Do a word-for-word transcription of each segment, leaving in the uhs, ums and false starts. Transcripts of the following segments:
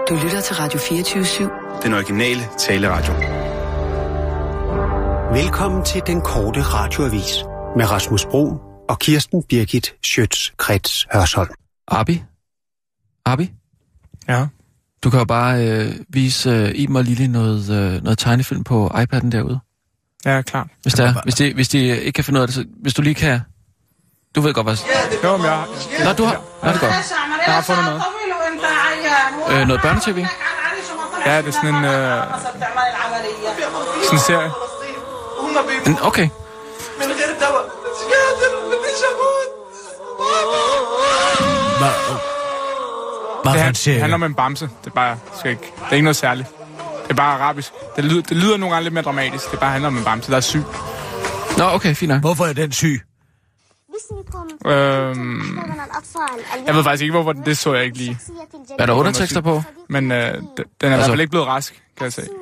Du lytter til Radio fireogtyve syv. Den originale taleradio. Velkommen til den korte radioavis med Rasmus Broen og Kirsten Birgit Schøtz-Krets Hørsholm. Abi? Abi? Ja? Du kan jo bare øh, vise øh, Iben og Lili noget, øh, noget tegnefilm på iPad'en derude. Ja, klart. Hvis, der, hvis, de, hvis de ikke kan finde ud af det, så hvis du lige kan... Du ved godt, hvad... Jo, men jeg har... Nå, du har... Nå, det er godt. Jeg har fundet noget. Øh, noget børnetv? Ja, det er sådan en... Øh, sådan en serie. En, okay. Det, han, det handler om en bamse. Det er bare... Skal ikke, det er ikke noget særligt. Det er bare arabisk. Det lyder, det lyder nogle gange lidt mere dramatisk. Det bare handler om en bamse, der er syg. Nå, okay, fint nok. Hvorfor er den syg? Øhm, jeg ved faktisk ikke, hvorfor det så jeg ikke lige. Er der undertekster på? Men øh, den er altså, i hvert fald ikke blevet rask, kan jeg sige.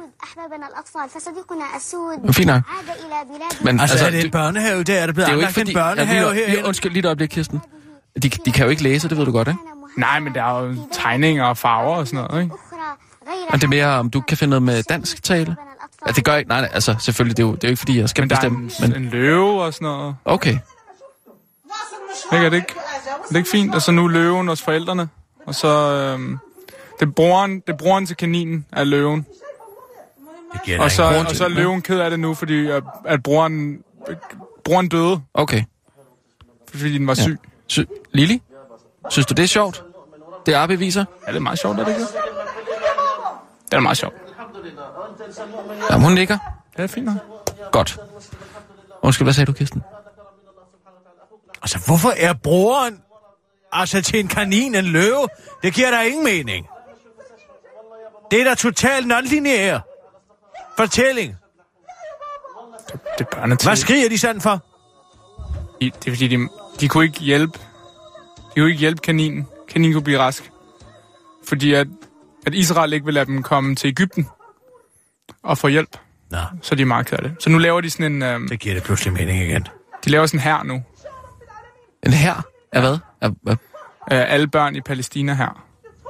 Fint nok. Men altså, altså er det en børnehave der? Er det blevet anlagt en børnehave ja, her? Undskyld, lige et øjeblik, Kirsten. De, de kan jo ikke læse, det ved du godt, ikke? Nej, men der er jo tegninger og farver og sådan noget, ikke? Men det er mere, om du kan finde noget med dansk tale? Ja, det gør ikke. Nej, altså selvfølgelig, det er jo, det er jo ikke, fordi jeg skal men bestemme. Men der er en, men... en løve og sådan noget. Okay. Ikke, er det ikke? Er det ikke fint? Og så nu løven hos forældrene. Og så... Øhm, det er broren, det er broren til kaninen af løven. Og så, og så er løven ked af det nu, fordi at, at broren, broren døde. Okay. Fordi den var syg. Ja. Sy- Lili? Synes du, det er sjovt? Det Abi viser? Ja, det er meget sjovt, er det ikke? Det er meget sjovt. Jamen, hun nikker. Det er fint nok. Godt. Undskyld, hvad sagde du, Kirsten? Altså, hvorfor er broren altså til en kanin en løve? Det giver da ingen mening. Det er da totalt non-lineær fortælling. Det, det er børnetid. Hvad skriger de sådan for? Det er fordi, de, de kunne ikke hjælpe. De kunne ikke hjælpe kaninen. Kaninen kunne blive rask. Fordi at, at Israel ikke vil lade dem komme til Egypten og få hjælp. Nå. Så de er meget ked af det. Så nu laver de sådan en... Øhm, det giver det pludselig mening igen. De laver sådan her nu. En hær? Af hvad? Af, hvad? Øh, alle børn i Palæstina her.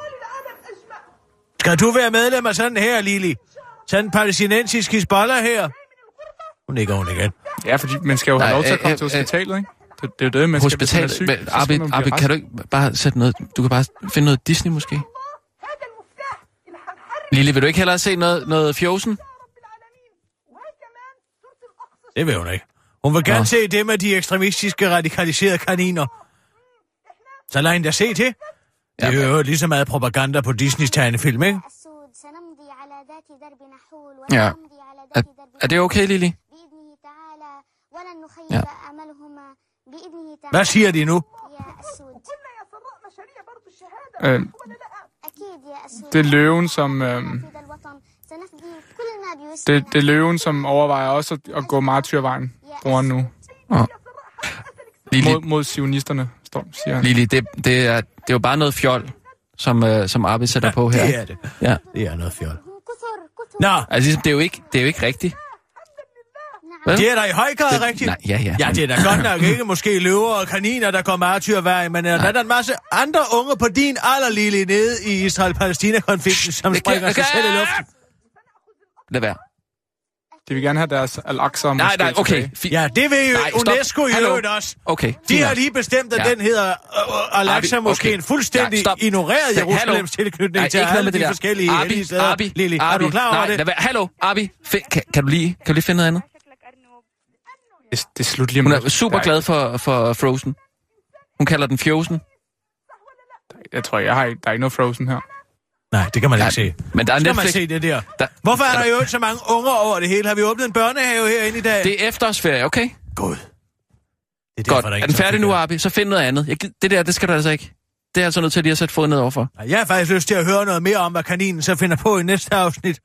Skal du være medlem af sådan her, Lili? Sådan en palæstinensisk Hizbollah her? Hun nikker hun igen. Ja, fordi man skal jo have Nej, lov til at komme øh, til hospitalet, ikke? Det, det er jo det, man hospital, skal, hvis man er syg. Abi, Abi, kan du ikke bare sætte noget... Du kan bare finde noget Disney, måske? Lili, vil du ikke hellere se noget, noget Frozen? Det vil hun ikke. Hun vil gerne Nå. se det med de ekstremistiske, radikaliserede kaniner. Så lad hende da se til. Det er jo lige så meget propaganda på Disneys tegnefilm, ikke? Ja. Er, er det okay, Lili? Ja. Hvad siger de nu? Øh, det er løven, som... Øh, det, det er løven, som overvejer også at, at gå martyrvejen, broren nu. Oh. Lili, mod, mod sionisterne, står, siger han. Lili, det, det, er, det er jo bare noget fjol, som, uh, som Abi sætter ja, på her. det er det. Ja. Det er noget fjol. Nå. Altså, det er jo ikke, det er jo ikke rigtigt. Vel? Det er da i høj grad det, rigtigt. Nej, ja, ja. Ja, det er da godt nok ikke måske løver og kaniner, der går martyrvej, men er der er en masse andre unge på din alder, Lili, nede i Israel-Palæstina-konflikten, som springer sig selv i luften. Lad være. De vil gerne have deres Al-Aqsa måske. Nej, nej, okay. F- ja, det vil jo nej, UNESCO i øvrigt også. Okay. De har lige bestemt, at ja. den hedder uh, Al-Aqsa måske okay. en fuldstændig ja, ignoreret Jerusalems tilknytning nej, til alle de der. forskellige Abi, steder. Abi, Lili, Abi, er du klar over nej, det? Lad være. Hallo, Abi. F- kan, kan, du lige, kan du lige finde noget andet? Det, det er slut lige om Hun er super glad for, for Frozen. Hun kalder den Frozen. Jeg tror, jeg har ikke, der er ikke noget Frozen her. Nej, det kan man ikke ja, se. Men der er Netflix. Netflix. Skal man se det der? der Hvorfor er der jo ikke så mange unger over det hele? Har vi åbnet en børnehave herinde i dag? Det er efterårsferie, okay? God. Det er Godt. Er, er den færdig nu, Abi? Så find noget andet. Jeg, det der, det skal du altså ikke. Det er altså nødt til at lige at sætte foden ned overfor. Jeg har faktisk lyst til at høre noget mere om, hvad kaninen så finder på i næste afsnit.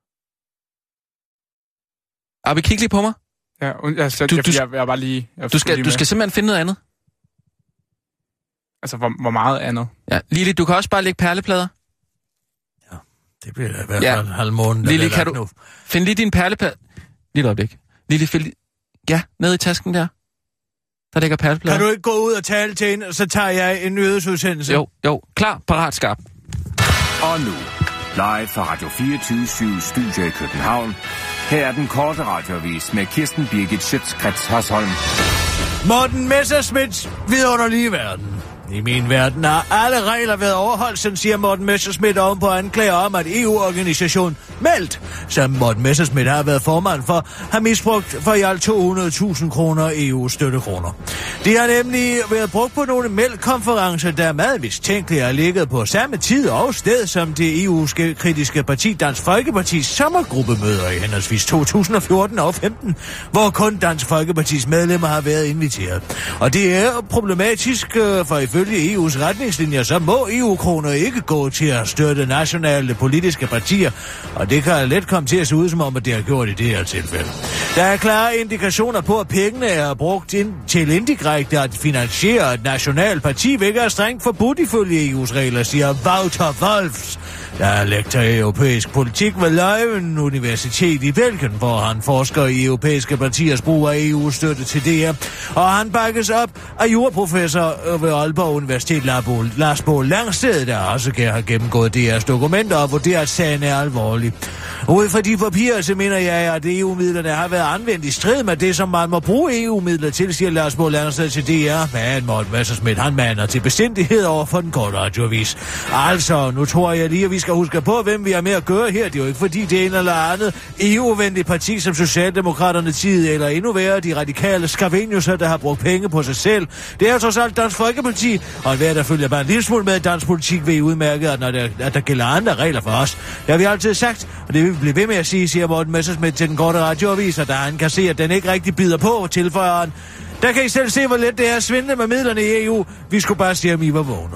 Abi, kig lige på mig. Ja, jeg, jeg, du, jeg, jeg, jeg bare lige... Jeg du, skal, lige du skal simpelthen finde noget andet. Altså, hvor, hvor meget andet? Ja, Lili, du kan også bare lægge perleplader. Ja, det bliver i hvert fald ja. halv måned. Lili, kan du... Nu. Find lige din perleplade. Lige et øjeblik. Lili, find lige... Ja, ned i tasken der. Der ligger perleplader. Kan du ikke gå ud og tale til hende, så tager jeg en nyhedsudsendelse? Jo, jo. Klar, parat, skarp. Og nu, Live fra Radio fireogtyve syv Studio i København. Her er den korte radioavis med Kirsten Birgit Schøtz-Krets Hørsholm. Morten Messerschmidts vidunderlige verden. I min verden har alle regler været overholdt, sådan siger Morten Messerschmidt oven på anklager om, at E U-organisationen Meldt, som Morten Messerschmidt har været formand for, har misbrugt for i alt to hundrede tusind kroner E U-støttekroner. De har nemlig været brugt på nogle Meldt-konferencer, der er meget mistænkeligt har ligget på samme tid og sted som det E U-kritiske parti Dansk Folkepartis sommergruppemøder i henholdsvis to tusind og fjorten og femten, hvor kun Dansk Folkepartis medlemmer har været inviteret. Og det er problematisk, for ifølge E U's retningslinjer, så må E U-kroner ikke gå til at støtte nationale politiske partier, og det kan let komme til at se ud som om, at det har gjort i det her tilfælde. Der er klare indikationer på, at pengene er brugt ind til indirekte at finansiere et nationalt parti, hvilket er strengt forbudt ifølge E U's regler, siger Wouter Wolfs, der er lektor i europæisk politik ved Leuven Universitet i Belgien, hvor han forsker i europæiske partiers brug af E U-støtte til det her. Og han bakkes op af juraprofessor ved Aalborg Universitet, Lars Boel Langsted, der også har gennemgået D R's dokumenter og vurderer, at sagen er alvorlig. Ud fra de papirer, så mener jeg, at E U-midlerne har været anvendt i strid med det, som man må bruge E U-midler til, siger Lars Boel Langsted til D R. Men Morten Messerschmidt, han mander til besindighed over for den korte radioavis. Altså, nu tror jeg lige, at vi skal huske på, hvem vi har med at gøre her. Det er jo ikke fordi det er en eller andet E U-venligt parti som Socialdemokraterne tid, eller endnu værre de radikale skaveniuser, der har brugt penge på sig selv. Det er jo trods alt Dansk Folkeparti, og hver der følger bare en lille smule med dansk politik ved udmærket, at, når der, at der gælder andre regler for os. Det har vi altid sagt, og det vil vi blive ved med at sige, siger Morten Messerschmidt til den korte radioavis, og da han kan se, at den ikke rigtig bider på, tilføjer han. Der kan I selv se, hvor let det er at svindle med midlerne i E U. Vi skulle bare se, om I var vågne.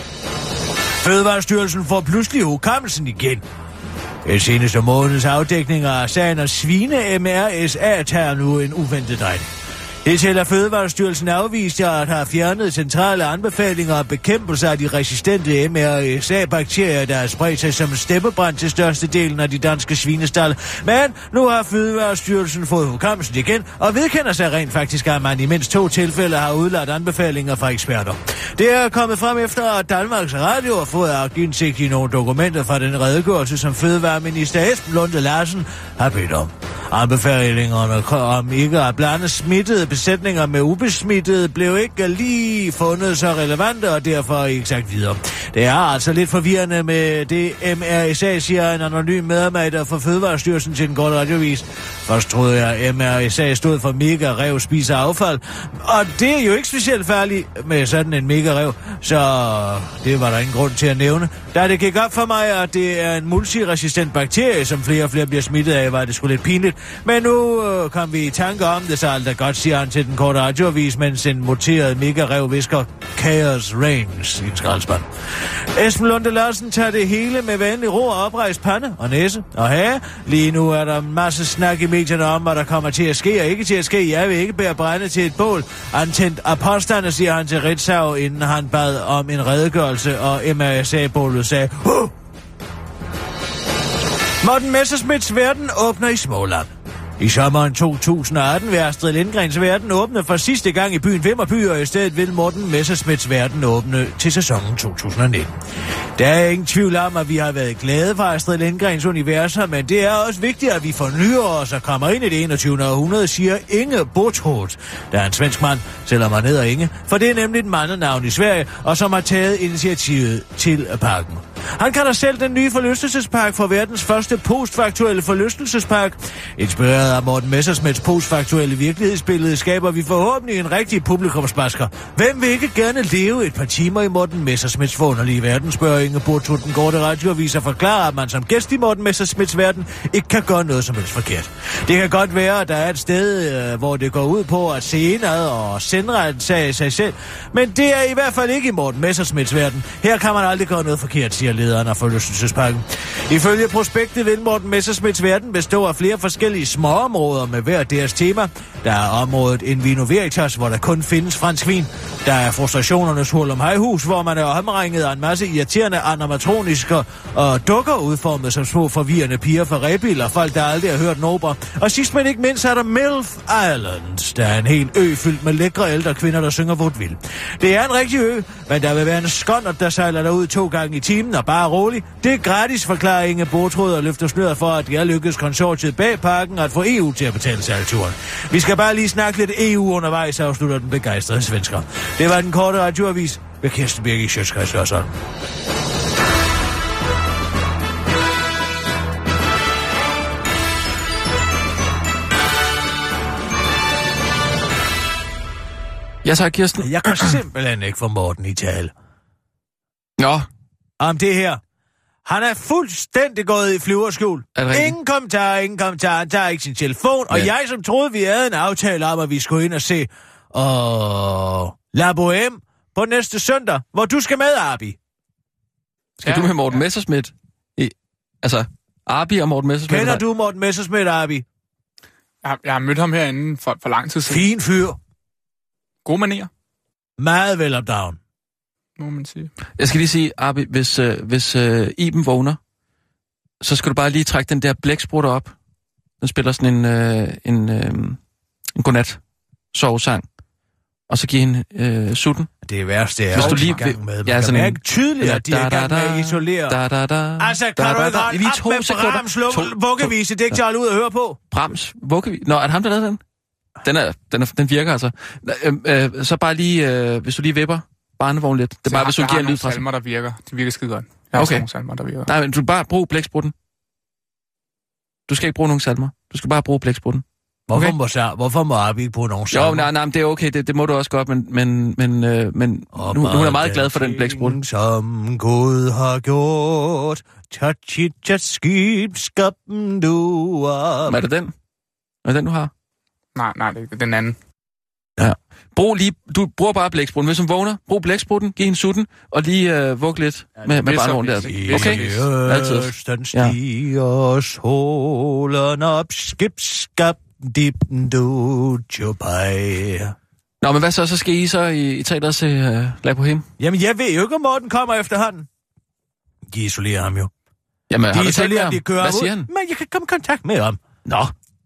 Fødevarestyrelsen får pludselig hukommelsen igen. Den seneste måneds afdækninger af sagen og svine M R S A tager nu en uventet drejning. Det til at Fødevarestyrelsen afviste at have fjernet centrale anbefalinger og bekæmpelse af de resistente M R S A-bakterier, der har spredt sig som steppebrand til størstedelen af de danske svinestalde. Men nu har Fødevarestyrelsen fået hukommelsen igen og vedkender sig rent faktisk, at man i mindst to tilfælde har udladt anbefalinger fra eksperter. Det er kommet frem efter, at Danmarks Radio har fået aktindsigt i nogle dokumenter fra den redegørelse, som Fødevareminister Esben Lunde Larsen har bedt om. Anbefalingerne om ikke at blande smittede besætninger med ubesmittede blev ikke lige fundet så relevante, og derfor ikke sagt videre. Det er altså lidt forvirrende med det M R S A, siger en anonym medarbejder for Fødevarestyrelsen til den korte radiovis. Først troede jeg, at M R S A stod for mega rev spiser affald, og det er jo ikke specielt farligt med sådan en mega rev, så det var der ingen grund til at nævne. Da det gik op for mig, at det er en multiresistent bakterie, som flere og flere bliver smittet af, var det sgu lidt pinligt. Men nu øh, kom vi i tanke om det, så alt er godt, siger han til den korte radioavis, mens en muteret mega-rev visker Chaos Reigns i en skraldespand. Esben Lunde Larsen tager det hele med vanlig ro og oprejst pande og næse og hage. Lige nu er der en masse snak i medierne om, hvad der kommer til at ske og ikke til at ske. Jeg vil ikke bære brænde til et bål. Antændt af påstande, siger han til Ritzau, inden han bad om en redegørelse, og M R S A-bålet sagde Huh! Morten Messerschmidts verden åbner i Småland. I sommeren to tusind og atten vil Astrid Lindgrens verden åbne for sidste gang i byen Vimmerby, og i stedet vil Morten Messerschmidts verden åbne til sæsonen to tusind og nitten. Der er ingen tvivl om, at vi har været glade for Astrid Lindgrens universer, men det er også vigtigt, at vi fornyer os og kommer ind i det enogtyvende århundrede, siger Inge Bothrodt, der er en svensk mand, selvom han hedder Inge, for det er nemlig et mandenavn i Sverige, og som har taget initiativet til parken. Han kalder selv den nye forlystelsespark for verdens første postfaktuelle forlystelsespark. Inspireret af Morten Messerschmidts postfaktuelle virkelighedsbillede skaber vi forhåbentlig en rigtig publikumsmasker. Hvem vil ikke gerne leve et par timer i Morten Messerschmidts forunderlige verden, spørger Inge Bothrodt den korte radioavis og forklarer, at man som gæst i Morten Messerschmidts verden ikke kan gøre noget som helst forkert. Det kan godt være, at der er et sted, hvor det går ud på at se indad og sendretten sag sig selv, men det er i hvert fald ikke i Morten Messerschmidts verden. Her kan man aldrig gøre noget forkert, siger lederen af forlystelsesparken. Ifølge prospektet vil Morten Messerschmidts verden bestå af flere forskellige småområder med hver deres tema. Der er området In Vino Veritas, hvor der kun findes fransk vin. Der er frustrationernes hul om hejhus, hvor man er omringet af en masse irriterende figurerne animatroniske og dukker udformet som små forvirrende piger fra Rebild, folk, der aldrig har hørt Nobra. Og sidst men ikke mindst er der Milf Island, der er en hel ø fyldt med lækre ældre kvinder, der synger vaudeville. Det er en rigtig ø, men der vil være en skonnert, der sejler derud to gange i timen, og bare rolig. Det er gratis, forklarer Inge Bortrud og løfter sløret for, at det er lykkedes konsortiet bag parken at få E U til at betale sejlturen. Vi skal bare lige snakke lidt E U undervejs, afslutter den begejstrede svensker. Det var den korte radioavis med Kirsten Birgit Schøtz-Krets Hørsholm. Ja, så Kirsten. Jeg kan simpelthen ikke få Morten i tale. Nå. Om det her. Han er fuldstændig gået i flyverskjul. Ingen kommentarer, ingen kommentarer. Han tager ikke sin telefon. Men... Og jeg, som troede, vi havde en aftale om, at vi skulle ind og se og La Bohème på næste søndag, hvor du skal med, Arbi. Skal ja. du med Morten Messerschmidt? I... Altså, Arbi og Morten Messerschmidt? Kender du Morten Messerschmidt, Arbi? Jeg, jeg har mødt ham herinde for, for lang tid siden. Fin fyr. God manér. Meget vel up down. Må man sige. Jeg skal lige sige, Arbi, hvis, øh, hvis øh, Iben vågner, så skal du bare lige trække den der blæksprutter op. Den spiller sådan en, øh, en, øh, en godnat sovesang. Og så give hende øh, sutten. Det værste er, hvis du lige i gang med. Man ja, kan sådan mærke tydeligt, at de er i gang med at isolere. Da, da, da, altså, kan da, du ikke holde op med Brahms vuggevise? Det er ikke til at holde ud og høre på. Brahms vuggevise? Nå, er det ham, der lavede den? Den, er, den, er, den virker altså. Øh, øh, så bare lige, øh, hvis du lige vipper barnevogn lidt. Det er bare, hvis du giver en lyd fra sig. Jeg har nogle salmer, der virker. Det virker skide godt. Jeg har okay. nogle salmer, der virker. Nej, men du bare brug blæksprutten. Du skal ikke bruge nogen salmer. Du skal bare bruge blæksprutten. Hvorfor, okay. må, så, hvorfor må Arbi ikke bruge nogen salmer? Jo, nej, nej, det er okay. Det, det må du også godt, men, men, men, øh, men nu, nu er jeg meget glad for den blæksprutten. Som Gud har gjort, touch it, just skib, skaben du op. Er det den? Er det den, du har? Nej, nej, det er den anden. Ja. Brug lige, du bruger bare blæksprutten. Hvis hun vågner, brug blæksprutten, giv hende sutten, og lige øh, vug lidt ja, med, med barnevognen der. Okay? Altid. Den stiger solen op, skib, skab, dippen du, tjopai. Nå, men hvad så? Så skal I så i, i teateret se uh, La Bohème? Jamen, jeg ved jo ikke, om Morten kommer efterhånden. De isolerer ham jo. Jamen, de har du isolerer ham, de kører hvad ud. siger han? Men jeg kan komme i kontakt med ham. Nå.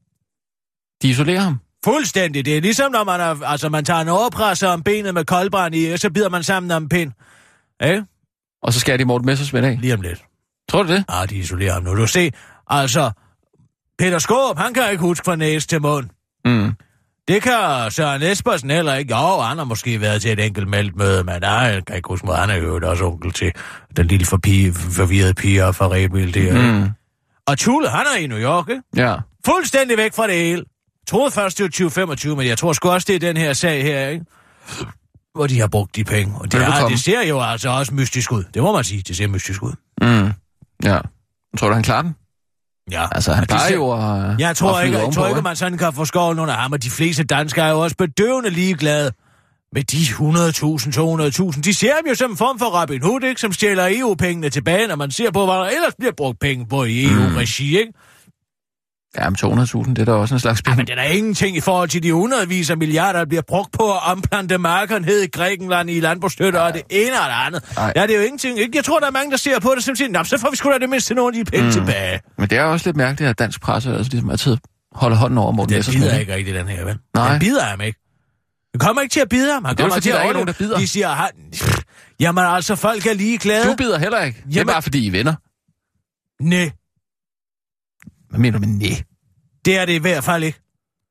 De isolerer ham? Fuldstændig. Det er ligesom, når man, er, altså, man tager en overpresser om benet med koldbrand i, og så bider man sammen om en pind. Eh? Og så skal de Morten Messerschmidt af? Lige om lidt. Tror du det? Ah, de isolerer ham nu. Du se, altså, Peter Skåb, han kan ikke huske fra næse til mund. Mm. Det kan Søren Espersen heller ikke. Jo, han har måske været til et enkelt meldmøde, men nej, jeg kan ikke huske, hvor han er jo også onkel til den lille forpige, forvirrede piger fra Rebild der. Mm. Og Tule, han er i New York, ikke? Ja. Fuldstændig væk fra det hele. Jeg troede først, det var tyve femogtyve, men jeg tror sgu også, det er den her sag her, ikke? Hvor de har brugt de penge. Og det, er, det ser jo altså også mystisk ud. Det må man sige, det ser mystisk ud. Mm. Ja. Tror du, han klarer den? Ja. Altså, han plejer jo at... Jeg tror ikke, jeg tror ikke, at man sådan kan få skålen under ham, og de fleste danskere er jo også bedøvende ligeglade med de hundrede tusind, to hundrede tusind. De ser dem jo som en form for Robin Hood, ikke? Som stjæler E U-pengene tilbage, når man ser på, hvad der ellers bliver brugt penge på i E U-regi, ikke? Ja, men to hundrede tusind, det er da også en slags penge. Ja, men det er da ingenting i forhold til de hundredvis af milliarder, der bliver brugt på at omplante marker ned i Grækenland i landbrugsstøtter og det ene og det andet. Ej. Ja, det er jo ingenting. Jeg tror, der er mange, der ser på det, som siger, nå, så får vi sgu da det mindste nogle af de penge mm. tilbage. Men det er også lidt mærkeligt, at dansk presse altså, ligesom altid holder hånden over Morten Messerschmidt. Det bider ikke rigtig, den her, vel? Nej. Den bider ham ikke. Den kommer ikke til at bide ham. Han det er kommer fordi, til der at er ikke nogen, der bider. De siger, han... Jamen altså, folk er ligeglade. Du bider heller ikke. Jamen... Det er bare, fordi I er venner. Næh. Hvad mener du med næh? Det er det i hvert fald ikke.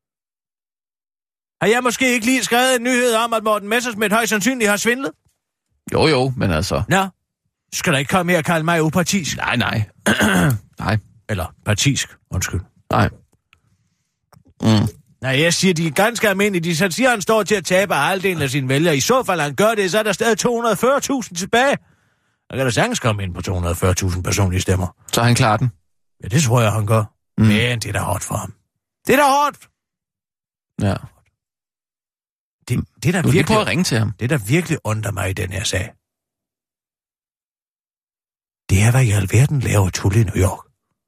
Har jeg måske ikke lige skrevet en nyhed om, at Morten Messerschmidt højst sandsynligt har svindlet? Jo, jo, men altså... Nå, skal der ikke komme mere at kalde mig upartisk? Nej, nej. nej. Eller partisk, undskyld. Nej. Mm. Nej, jeg siger, de er ganske almindelige. De siger, at han står til at tabe halvdelen af sine vælgere. I så fald, han gør det, så er der stadig to hundrede og fyrre tusind tilbage. Der kan der sagtens komme ind på to hundrede og fyrre tusind personlige stemmer. Så han klarer den? Ja, det tror jeg, han gør. Mm. Men det er da hårdt for ham. Det er da hårdt! Ja. Det, det er da du virkelig... prøve at ringe til ham. Det er da virkelig under mig i den her sag. Det er, hvad i alverden laver Tulle i New York.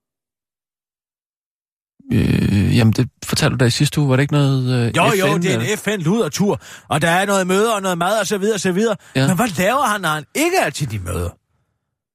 Øh, jamen, det fortalte du da i sidste uge. Var det ikke noget øh, Jo, F N, jo, det er en F N-ludertur. Og der er noget møder og noget mad og så videre og så videre. Ja. Men hvad laver han, når han ikke er til de møder?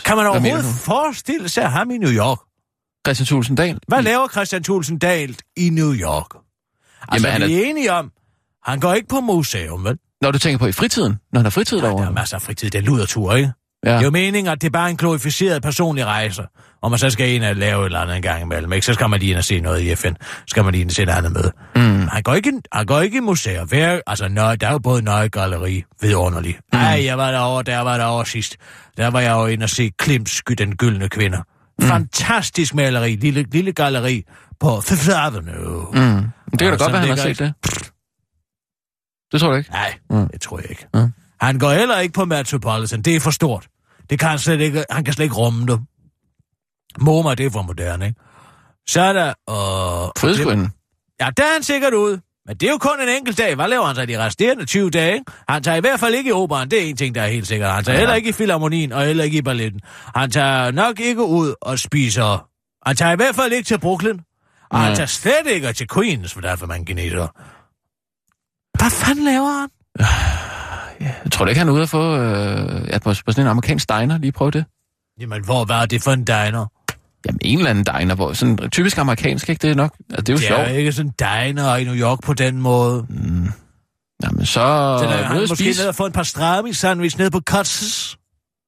Kan man overhovedet forestille sig ham i New York? Christian Thulesen Dahl? Hvad laver Christian Thulesen Dahl i New York? Altså, Jamen, vi er, er enige om, han går ikke på museum, vel? Når du tænker på i fritiden? Når han har fritid derovre? Ja, der er masser af fritid. Det er ludertur, ikke? Ja. Det er jo meningen, at det er bare en glorificeret personlig rejse, og man så skal ind og lave et eller andet en gang imellem, ikke? Så skal man lige ind og se noget i F N. Så skal man lige ind og se et andet møde. Mm. Han, går ikke, han går ikke i museer. Hver, altså, nøj, der er jo både Nøje Galleri, vidunderligt. Mm. Ej, jeg var derovre, der var derovre sidst. Der var jeg jo inde og se Klimts Den Gyldne Kvinder. Mm. Fantastisk maleri, lille, lille galleri på Fifth Avenue. Mm. Det kan da godt være, han har set det. Det tror du ikke? Nej, mm. det tror jeg ikke. Mm. Han går heller ikke på Metropolitan. Det er for stort. Det kan han slet ikke. Han kan slet ikke rumme det. MoMA, det er for moderne, ikke? Så er der... Øh, Fødeskynden. Ja, der er han sikkert ude. Men det er jo kun en enkelt dag. Hvad laver han så de resterende tyve dage, ikke? Han tager i hvert fald ikke i operaen. Det er en ting, der er helt sikkert. Han tager ja. heller ikke i Filharmonien og heller ikke i balletten. Han tager nok ikke ud og spiser... Han tager i hvert fald ikke til Brooklyn. Og ja. han tager slet ikke til Queens, for derfor man geneter. Hvad fanden laver han? Ja, jeg tror ikke, han er ude at få øh, ja, på, på sådan en amerikansk diner. Lige prøve det. Jamen, hvor var det for en diner? Jamen, en eller anden diner, hvor sådan typisk amerikansk, ikke? Det er nok, altså, det er jo det sjovt. Det er ikke sådan diner i New York på den måde. Mm. Jamen, så... Så er han måske spise. ned og få en par strami sandwich ned på Cuts.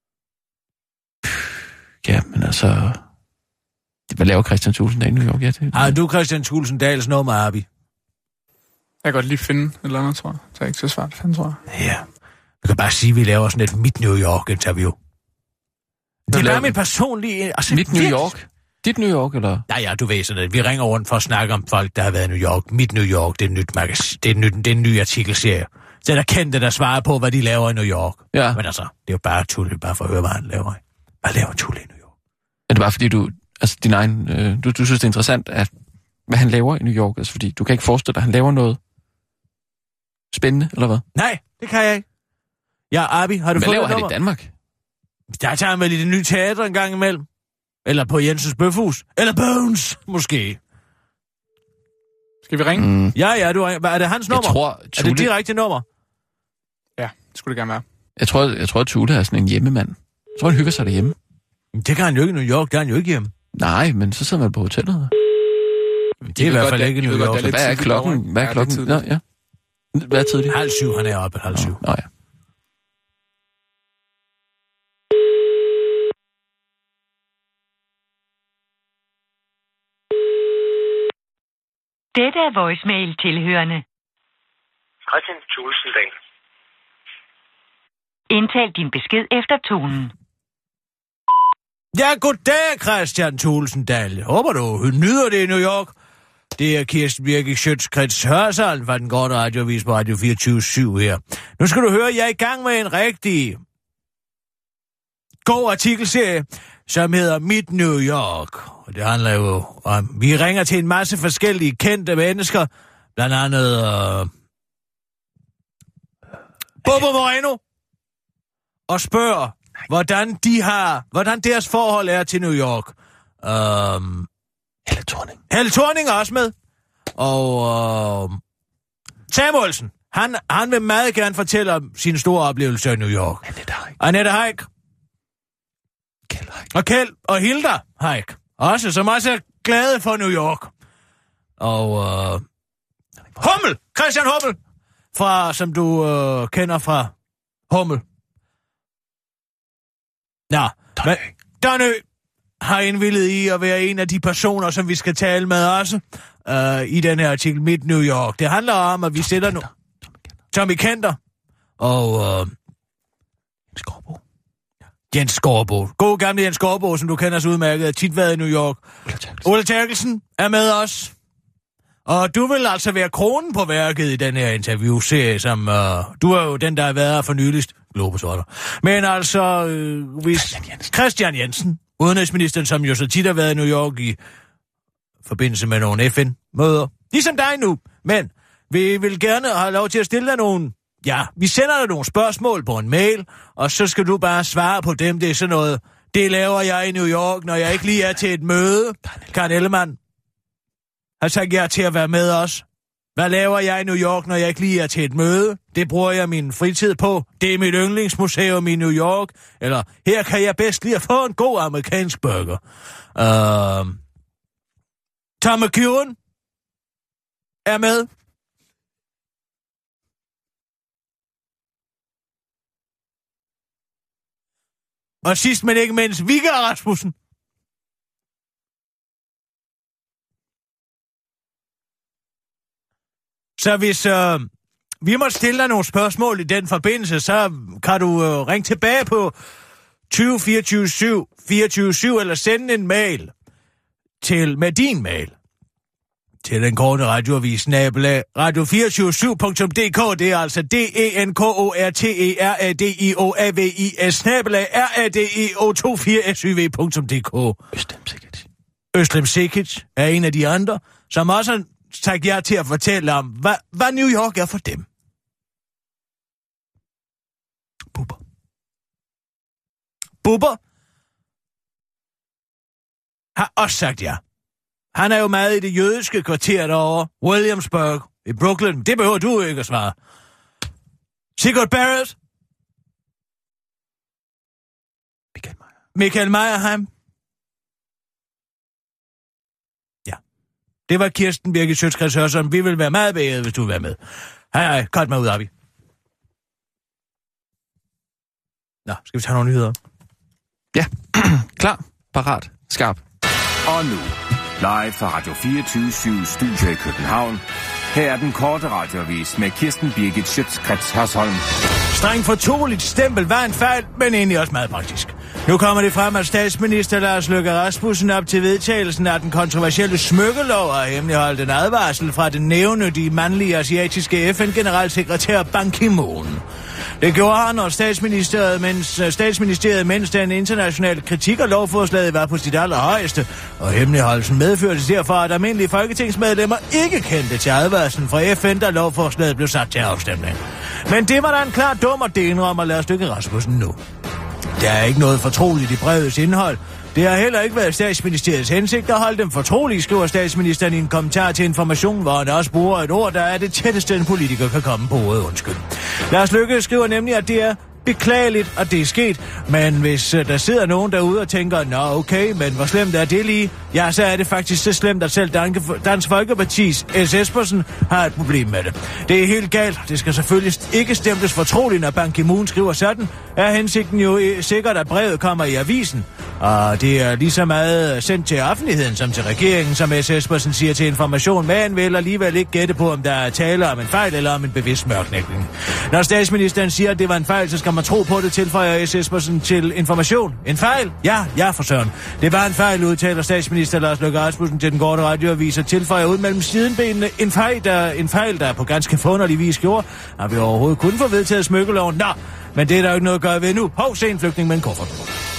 Ja, men altså... Hvad laver Christian Thulesen Dahl i New York? Ja, det, Har du Christian Thulesen Dahls nummer, Abi? Jeg kan godt lige finde et eller andet, tror jeg. Det er ikke så svært at finde, tror jeg. Ja. Vi kan bare sige, at vi laver sådan et Mit New York-interview. Det er bare min personlige... Altså, Mit New York? Dit New York, eller? Ja, ja, du ved sådan det. Vi ringer rundt for at snakke om folk, der har været i New York. Mit New York, det er, nyt magasin, det er, nyt, det er en ny artikelserie. Så er der kendte, der svarer på, hvad de laver i New York. Ja. Men altså, det er jo bare Tulle, bare for at høre, hvad han laver. Hvad laver Tulle i New York? Er det bare fordi, du... Altså, din egen... Øh, du, du synes, det er interessant, at, hvad han laver i New York? Altså, fordi du kan ikke forestille dig, at han laver noget spændende, eller hvad? Nej, det kan jeg ikke. Ja, Abi, har du hvad fået laver han nummer? I Danmark? Der tager han vel i det nye teater en gang imellem. Eller på Jensens Bøfhus. Eller Bones, måske. Skal vi ringe? Mm. Ja, ja, du ringer. Er det hans nummer? Jeg tror, Tulle... Er det direkte nummer? Ja, det skulle det gerne være. Jeg tror, jeg tror at Tulle er sådan en hjemmemand. Jeg tror, han hygger sig derhjemme. Det kan han jo ikke i New York. Det er han jo ikke hjemme. Nej, men så sidder man på hotellet. Det, det er i hvert fald ikke i New York. Godt, hvad er klokken? Hvad er klokken? Nå, ja. Hvad er tidligt? Halv syv, han er oppe halv syv. Nå, ja. Dette er voicemail tilhørende. Christian Thulesen Dahl. Indtal din besked efter tonen. Ja, goddag, Christian Thulesen Dahl. Jeg håber, du nyder det i New York. Det er Kirsten Birgit Schøtz-Krets Hørsholm fra den korte radioavis på Radio fireogtyve syv her. Nu skal du høre, jeg er i gang med en rigtig god artikelserie, som hedder Mit New York. Og det handler jo om, vi ringer til en masse forskellige kendte mennesker, blandt andet uh, Bobo Moreno, og spørger, hvordan de har, hvordan deres forhold er til New York. Um, Helle Thorning. Helle Thorning er også med. Og uh, Samuelsen, han, han vil meget gerne fortælle om sine store oplevelser i New York. Annette Haik. Annette Haik. Kjeld Haik. Og Kjeld og Hilda Haik. Også, som også er glade for New York. Og uh, Hummel! Christian Hummel! Fra, som du uh, kender fra Hummel. Nå, Donø. Donø har indvillet i at være en af de personer, som vi skal tale med også uh, i den her artikel Midt New York. Det handler om, at vi sætter nu... Tommy Kenter. Og... Uh, Jens Skorbo. Jens Skorbo. God gamle Jens Skorbo, som du kender så udmærket, har tit været i New York. Ole Terkelsen er med os. Og du vil altså være kronen på værket i den her interviewserie, som... Uh, du er jo den, der har været her for nyligst. Globetrotter. Men altså... Uh, hvis Christian Jensen. Christian Jensen, udenrigsministeren, som jo så tit har været i New York i forbindelse med nogle F N-møder. Ligesom dig nu. Men vi vil gerne have lov til at stille dig nogle... Ja, vi sender dig nogle spørgsmål på en mail, og så skal du bare svare på dem. Det er sådan noget... Det laver jeg i New York, når jeg ikke lige er til et møde. Karen Ellemann har sagt ja til at være med os. Hvad laver jeg i New York, når jeg ikke lige er til et møde? Det bruger jeg min fritid på. Det er mit yndlingsmuseum i New York. Eller her kan jeg bedst lige at få en god amerikansk burger. Uh... Tom McEwan er med. Og sidst men ikke mindst, Vigga Rasmussen. Så hvis øh, vi må stille dig nogle spørgsmål i den forbindelse, så kan du øh, ringe tilbage på tyve fireogtyve syv fireogtyve syv eller sende en mail til med din mail til den korte radioavis snabel-a radio to fire syv punktum d k. Det er altså D E N K O R T E R A D I O A V I S snabel-a R A D I O to fire S Y V punktum d k. Øslem Sikic. Øslem Sikic er en af de andre, som også har taget jer til at fortælle om, hvad, hvad New York er for dem. Bubber. Bubber har også sagt ja. Han er jo meget i det jødiske kvarter derovre, Williamsburg, i Brooklyn. Det behøver du ikke at svare. Sigurd Barrett? Michael Meyer. Michael Meyerheim? Ja. Det var Kirsten Birgit Schiøtz-Kretz Hørsholm. Vi vil være meget bedre, hvis du vil være med. Hej, hej. Kort mig ud, Abi. Nå, skal vi tage nogle nyheder? Ja. Klar. Parat. Skarp. Og nu, live fra Radio fireogtyve syv Studio i København. Her er den korte radioavis med Kirsten Birgit Schiøtz-Kretz Hørsholm. Streng fortroligt stempel var en fejl, men egentlig også meget praktisk. Nu kommer det frem, at statsminister Lars Løkke Rasmussen op til vedtagelsen af den kontroversielle smykkelov og hemmeligholdt en advarsel fra den nævnyttige mandlige asiatiske F N-generalsekretær Ban Ki-moon. Det gjorde han, og statsministeriet, mens, statsministeriet, mens den internationale kritik af lovforslaget var på sit allerhøjeste, og hemmeligholdelsen medførte derfor, at almindelige folketingsmedlemmer ikke kendte til advarslen fra F N, da lovforslaget blev sat til afstemning. Men det var da en klar dum, og det indrømmer Lars Løkke Rasmussen nu. Der er ikke noget fortroligt i brevets indhold. Det har heller ikke været statsministeriets hensigt at holde dem fortrolige, skriver statsministeren i en kommentar til Information, hvor han også bruger et ord, der er det tætteste, en politiker kan komme på ordet undskyld. Lars Løkke skriver nemlig, at det er beklageligt, at det er sket, men hvis uh, der sidder nogen derude og tænker, nå okay, men hvor slemt er det lige? Ja, så er det faktisk så slemt, at selv Dansk Folkepartis S. Espersen har et problem med det. Det er helt galt. Det skal selvfølgelig ikke stemples fortroligt, når Ban Ki-moon skriver sådan. Er hensigten jo sikkert, at brevet kommer i avisen. Og det er lige så meget sendt til offentligheden som til regeringen, som S. Espersen siger til Information, men vil alligevel ikke gætte på, om der er tale om en fejl eller om en bevidst mørklægning. Når statsministeren siger, at det var en fejl, så skal man tro på det, tilføjer S. Espersen til Information. En fejl? Ja, ja for søren. Det var en fejl, udtaler statsminister Lars Løkke Rasmussen til den korte radioavis og tilføjer ud mellem sidenbenene en fejl, der, en fejl, der på ganske forunderlig vis gjorde, at vi overhovedet kunne få vedtaget smykkeloven. Nå, men det er der jo ikke noget at gøre ved nu. Hov, se en flygtning med en kuffert.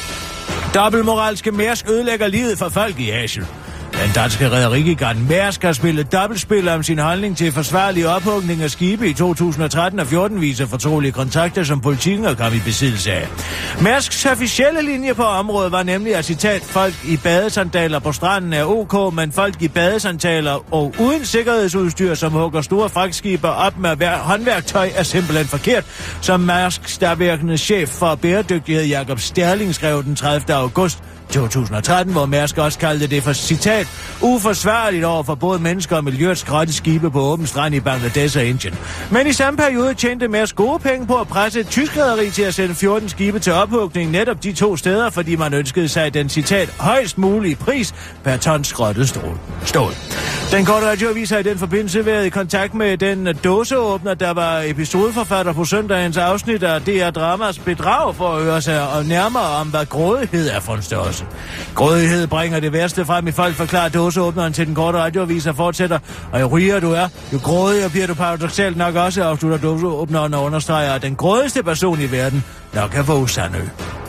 Dobbeltmoralske Mærsk ødelægger livet for folk i Asien. Den danske rederigigant Mærsk har spillet dobbeltspil om sin holdning til forsvarlig ophugning af skibe i to tusind og tretten og fjorten viser fortrolige kontakter, som politikken er kommet i besiddelse af. Mærsks officielle linje på området var nemlig at citat, folk i badesandaler på stranden er ok, men folk i badesandaler og uden sikkerhedsudstyr, som hugger store fragtskiber op med håndværktøj, er simpelthen forkert, som Mærsks dervirkende chef for bæredygtighed Jakob Sterling skrev den tredivte august to tusind og tretten, hvor Mærsk også kaldte det for citat uforsvarligt over for både mennesker og miljøet skrotte skibe på åben strand i Bangladesh og Indien. Men i samme periode tjente Mærsk gode penge på at presse et tysk rederi til at sende fjorten skibe til ophugning netop de to steder, fordi man ønskede sig den citat højst mulige pris per ton skrottet stål. Den korte radioavis har i den forbindelse været i kontakt med den dåseåbner, der var episodeforfatter på søndagens afsnit af D R Dramas Bedrag for at høre sig og nærmere om, hvad grådighed er for en størrelse. Grådighed bringer det værste frem i folk, forklarer dåseåbneren til den korte radioavis og fortsætter. Og jo rygere du er, jo grådigere bliver du paradoksalt nok også, afslutter dåseåbneren og understreger, at den grådigste person i verden nok er Våge Sandø.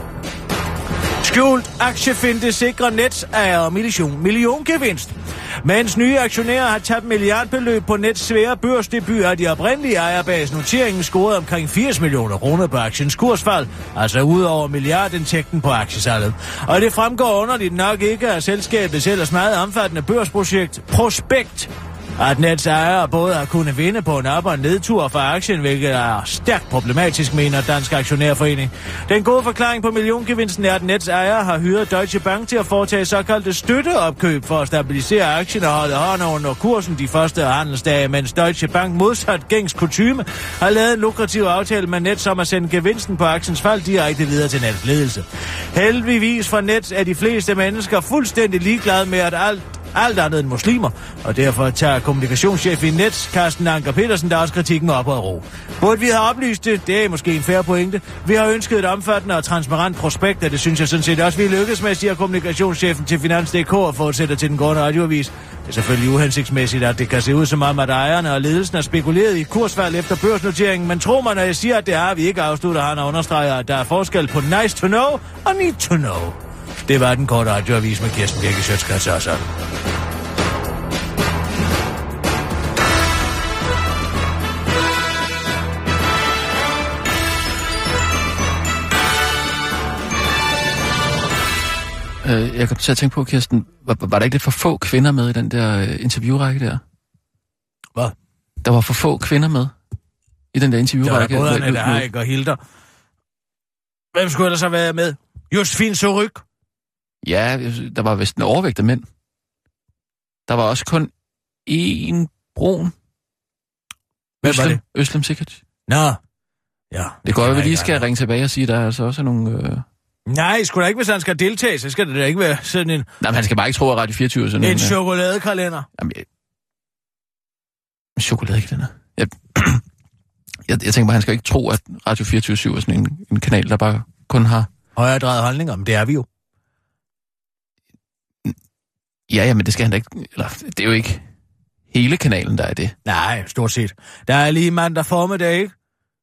Skjult aktiefinte sikrer Nets af million, milliongevinst. Mens nye aktionærer har tabt milliardbeløb på Nets svære børsdebut, har de oprindelige ejere bag noteringen scoret omkring firs millioner kroner på aktiens kursfald, altså ud over milliardindtægten på aktiesalget. Og det fremgår underligt nok ikke af selskabets ellers meget omfattende børsprojekt Prospekt At Nets ejere både har kunnet vinde på en op- og nedtur for aktien, hvilket er stærkt problematisk, mener Dansk Aktionærforening. Den gode forklaring på milliongevinsten er, at Nets ejere har hyret Deutsche Bank til at foretage såkaldte støtteopkøb for at stabilisere aktien og holde hånden under kursen de første handelsdage, mens Deutsche Bank modsat gængs kutyme har lavet en lukrativ aftale med Nets om at sende gevinsten på aktiens fald direkte videre til Nets ledelse. Heldigvis for Nets er de fleste mennesker fuldstændig ligeglade med, at alt alt andet end muslimer, og derfor tager kommunikationschef i Nets, Carsten Anker Petersen, der også kritikken op og ro. Burde vi have oplyst det? Det er måske en fair pointe. Vi har ønsket et omfattende og transparent prospekt, og det synes jeg sådan set også, vi lykkes med, siger kommunikationschefen til Finans punktum d k og fortsætter til den gående radioavis. Det er selvfølgelig uhensigtsmæssigt, at det kan se ud som om, at ejerne og ledelsen har spekuleret i kursfald efter børsnoteringen, men tro mig, når jeg siger, at det er, vi ikke afslutter, han og understreger, at der er forskel på nice to know og need to know. Det var den korte radioavis med Kirsten Birgit Schøtz-Krets Hørsholm. Jeg kan til at tænke på, Kirsten, var, var der ikke lidt for få kvinder med i den der uh, interviewrække der? Hvad? Der var for få kvinder med i den der interviewrække. Der var både Annette Haik og Hilder. Hvem skulle der så være med? Josefine Soryk? Ja, der var vist en overvægt af mænd. Der var også kun én brun. Hvem var det? Øslem sikkert. Nå. Ja. Det går jo, at vi lige skal ringe tilbage og sige, at der er altså også nogle... Øh... Nej, skulle da ikke, hvis han skal deltage, så skal det da ikke være sådan en... Nej, men han skal bare ikke tro, at Radio fireogtyve er sådan en... En chokoladekalender. Jamen, jeg... En chokoladekalender? Jeg... jeg, jeg tænker bare, han skal ikke tro, at Radio fireogtyve syv er sådan en, en kanal, der bare kun har... Højredrejet holdninger, men det er vi jo. Ja, ja, men det skal han da ikke... Eller, det er jo ikke hele kanalen, der er det. Nej, stort set. Der er lige mandag formiddag, ikke?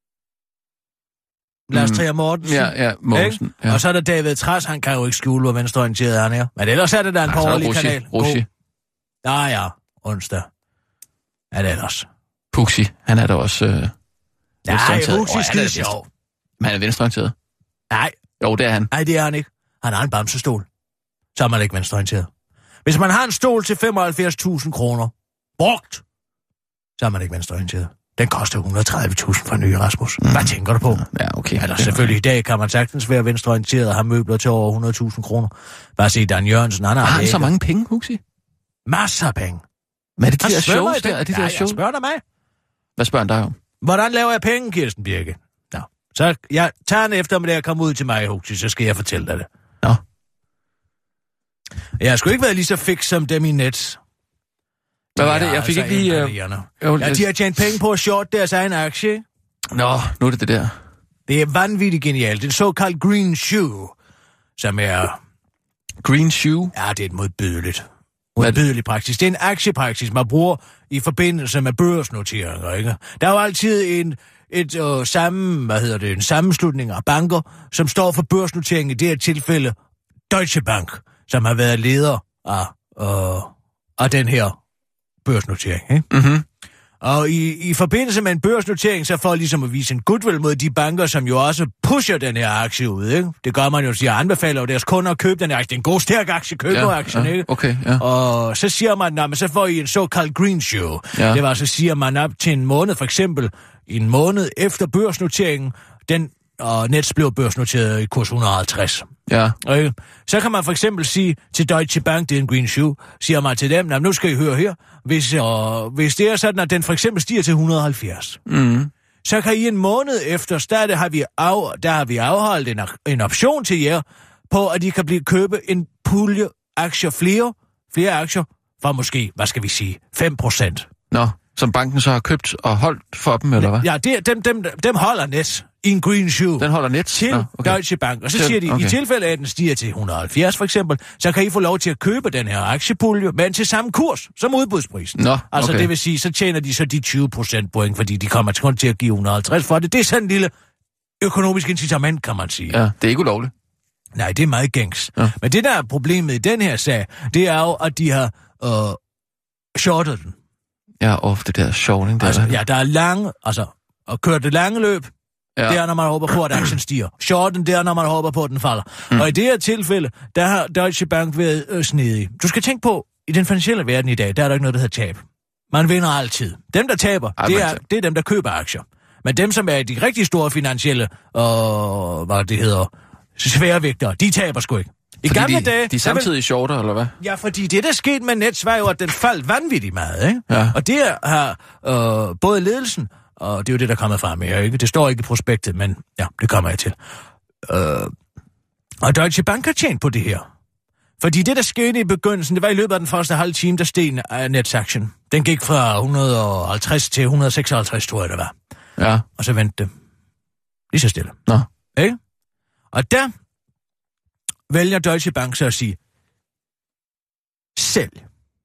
Lars Trier Mortensen. Ja, ja, Mortensen. Ja. Og så er der David Træs, han kan jo ikke skjule, hvor venstreorienteret han er. Men ellers er det der en borgerlig kanal. Russi. Ja, ja, onsdag. Er det ellers? Puxi, han er da også øh, venstreorienteret. Nej, Puxi skide sjov. Men han er venstreorienteret. Nej. Jo, det er han. Nej, det er han ikke. Han har en bamsestol. Så er man ikke venstreorienteret. Hvis man har en stol til femoghalvfjerds tusind kroner, brugt, så er man ikke venstreorienteret. Den koster et hundrede og tredive tusind for nye, Rasmus. Mm. Hvad tænker du på? Ja, okay. Altså, selvfølgelig i dag kan man sagtens være venstreorienteret og have møbler til over hundrede tusind kroner. Bare se Dan Jørgensen, han har... Har han så mange penge, Huxi? Masser af penge. Men er det de der shows der? Er det ja, der shows? Jeg spørger dig mig. Hvad spørger han dig om? Hvordan laver jeg penge, Kirsten Birke? Nå, så jeg tager en eftermiddag og kommer ud til mig, Huxi, så skal jeg fortælle dig det. Nå. Jeg har sgu ikke været lige så fix som dem i Nets. Hvad var det? Jeg fik altså ikke lige... Uh... Ja, de har tjent penge på at short deres egen aktie. Nå, nu er det det der. Det er vanvittigt genialt. Det er en såkaldt green shoe, som er... Green shoe? Ja, det er et modbydeligt. Modbydelig praksis. Det er en aktiepraksis, man bruger i forbindelse med børsnoteringer, ikke? Der er jo altid en, et, øh, sammen, hvad hedder det, en sammenslutning af banker, som står for børsnotering, i det her tilfælde Deutsche Bank, som har været leder af, øh, af den her børsnotering, ikke? Mhm. Og i, i forbindelse med en børsnotering, så får ligesom at vise en goodwill mod de banker, som jo også pusher den her aktie ud, ikke? Det gør man jo, siger anbefaler jo deres kunder at købe den her aktie. Det er en god, stærk aktie, køb ja, aktien, ja, ikke? Okay, ja. Og så siger man, nej, men så får I en såkaldt green show. Ja. Det var, så siger man op til en måned, for eksempel en måned efter børsnoteringen, den og Nets blev børsnoteret i kurs et hundrede og halvtreds. Ja. Okay. Så kan man for eksempel sige til Deutsche Bank, det er en green shoe, siger man til dem, nu skal I høre her, hvis, øh, hvis det er sådan, at den for eksempel stiger til et hundrede og halvfjerds, mm. så kan I en måned efter, der har vi, af, der har vi afholdt en, en option til jer, på at I kan blive købe en pulje aktier, flere, flere aktier, for måske, hvad skal vi sige, fem procent. Nå, som banken så har købt og holdt for dem, eller hvad? Ja, det, dem, dem, dem holder Nets i en green shoe. Den holder Nets? Til Nå, okay. Deutsche Bank. Og så siger de, okay. I tilfælde af, at den stiger til et hundrede og halvfjerds for eksempel, så kan I få lov til at købe den her aktiepulje, men til samme kurs som udbudsprisen. Nå, okay. Altså det vil sige, så tjener de så de tyve procent point, fordi de kommer kun til at give et hundrede og halvtreds for det. Det er sådan en lille økonomisk incitament, kan man sige. Ja, det er ikke ulovligt. Nej, det er meget gængs. Ja. Men det, der er problemet i den her sag, det er jo, at de har øh, shortet den. Ja, og det der shorting der. Altså, ja, der er lange, altså, at køre det lange løb, ja. Det er, når man håber på, at aktien stiger. Shorten, det er, når man håber på, at den falder. Mm. Og i det her tilfælde, der har Deutsche Bank været øh, snedig. Du skal tænke på, i den finansielle verden i dag, der er der ikke noget, der hedder tab. Man vinder altid. Dem, der taber, Ej, det, er, det er dem, der køber aktier. Men dem, som er de rigtig store finansielle, øh, hvad det hedder, sværvægtere, de taber sgu ikke. I fordi gamle de, dage... de er samtidig shorter, eller hvad? Ja, fordi det, der skete med Nets, var jo, at den faldt vanvittigt meget, ikke? Ja. Og det har øh, både ledelsen, og det er jo det, der kommer frem her, ikke? Det står ikke i prospektet, men ja, det kommer jeg til. Øh, og Deutsche Bank har tjent på det her. Fordi det, der skete i begyndelsen, det var i løbet af den første halve time, der steg Nets action. Den gik fra et hundrede og halvtreds til et hundrede og seksoghalvtreds, tror jeg, det var. Ja. Og så vendte det lige så stille. Nå. Ikke? Og der vælger Deutsche Bank så at sige, sælg.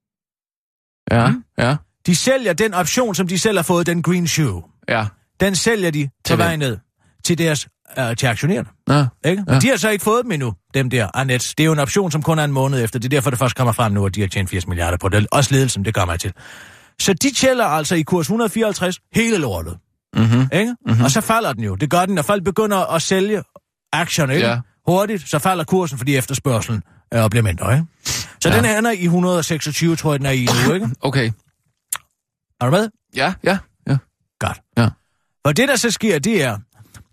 Ja, mm? ja. De sælger den option, som de selv har fået, den green shoe. Ja. Den sælger de til vej ned til deres øh, til aktionærerne. Ja. Ikke? Ja. De har så ikke fået dem endnu, dem der, Annette. Det er jo en option, som kun er en måned efter. Det er derfor, det først kommer frem nu, at de har tjent firs milliarder på det. Også ledelsen, det kommer jeg til. Så de tæller altså i kurs et hundrede og fireoghalvtreds hele lortet. Mm-hmm. Ikke? Mm-hmm. Og så falder den jo. Det gør den, når folk begynder at sælge aktierne, ikke? Ja. Hurtigt, så falder kursen, fordi efterspørgselen øh, bliver mindre, ikke? Så ja. Den ender i et hundrede og seksogtyve, tror jeg, den er i nu, ikke? Okay. Er du med? Ja, ja, ja. Godt. Ja. Og det, der så sker, det er,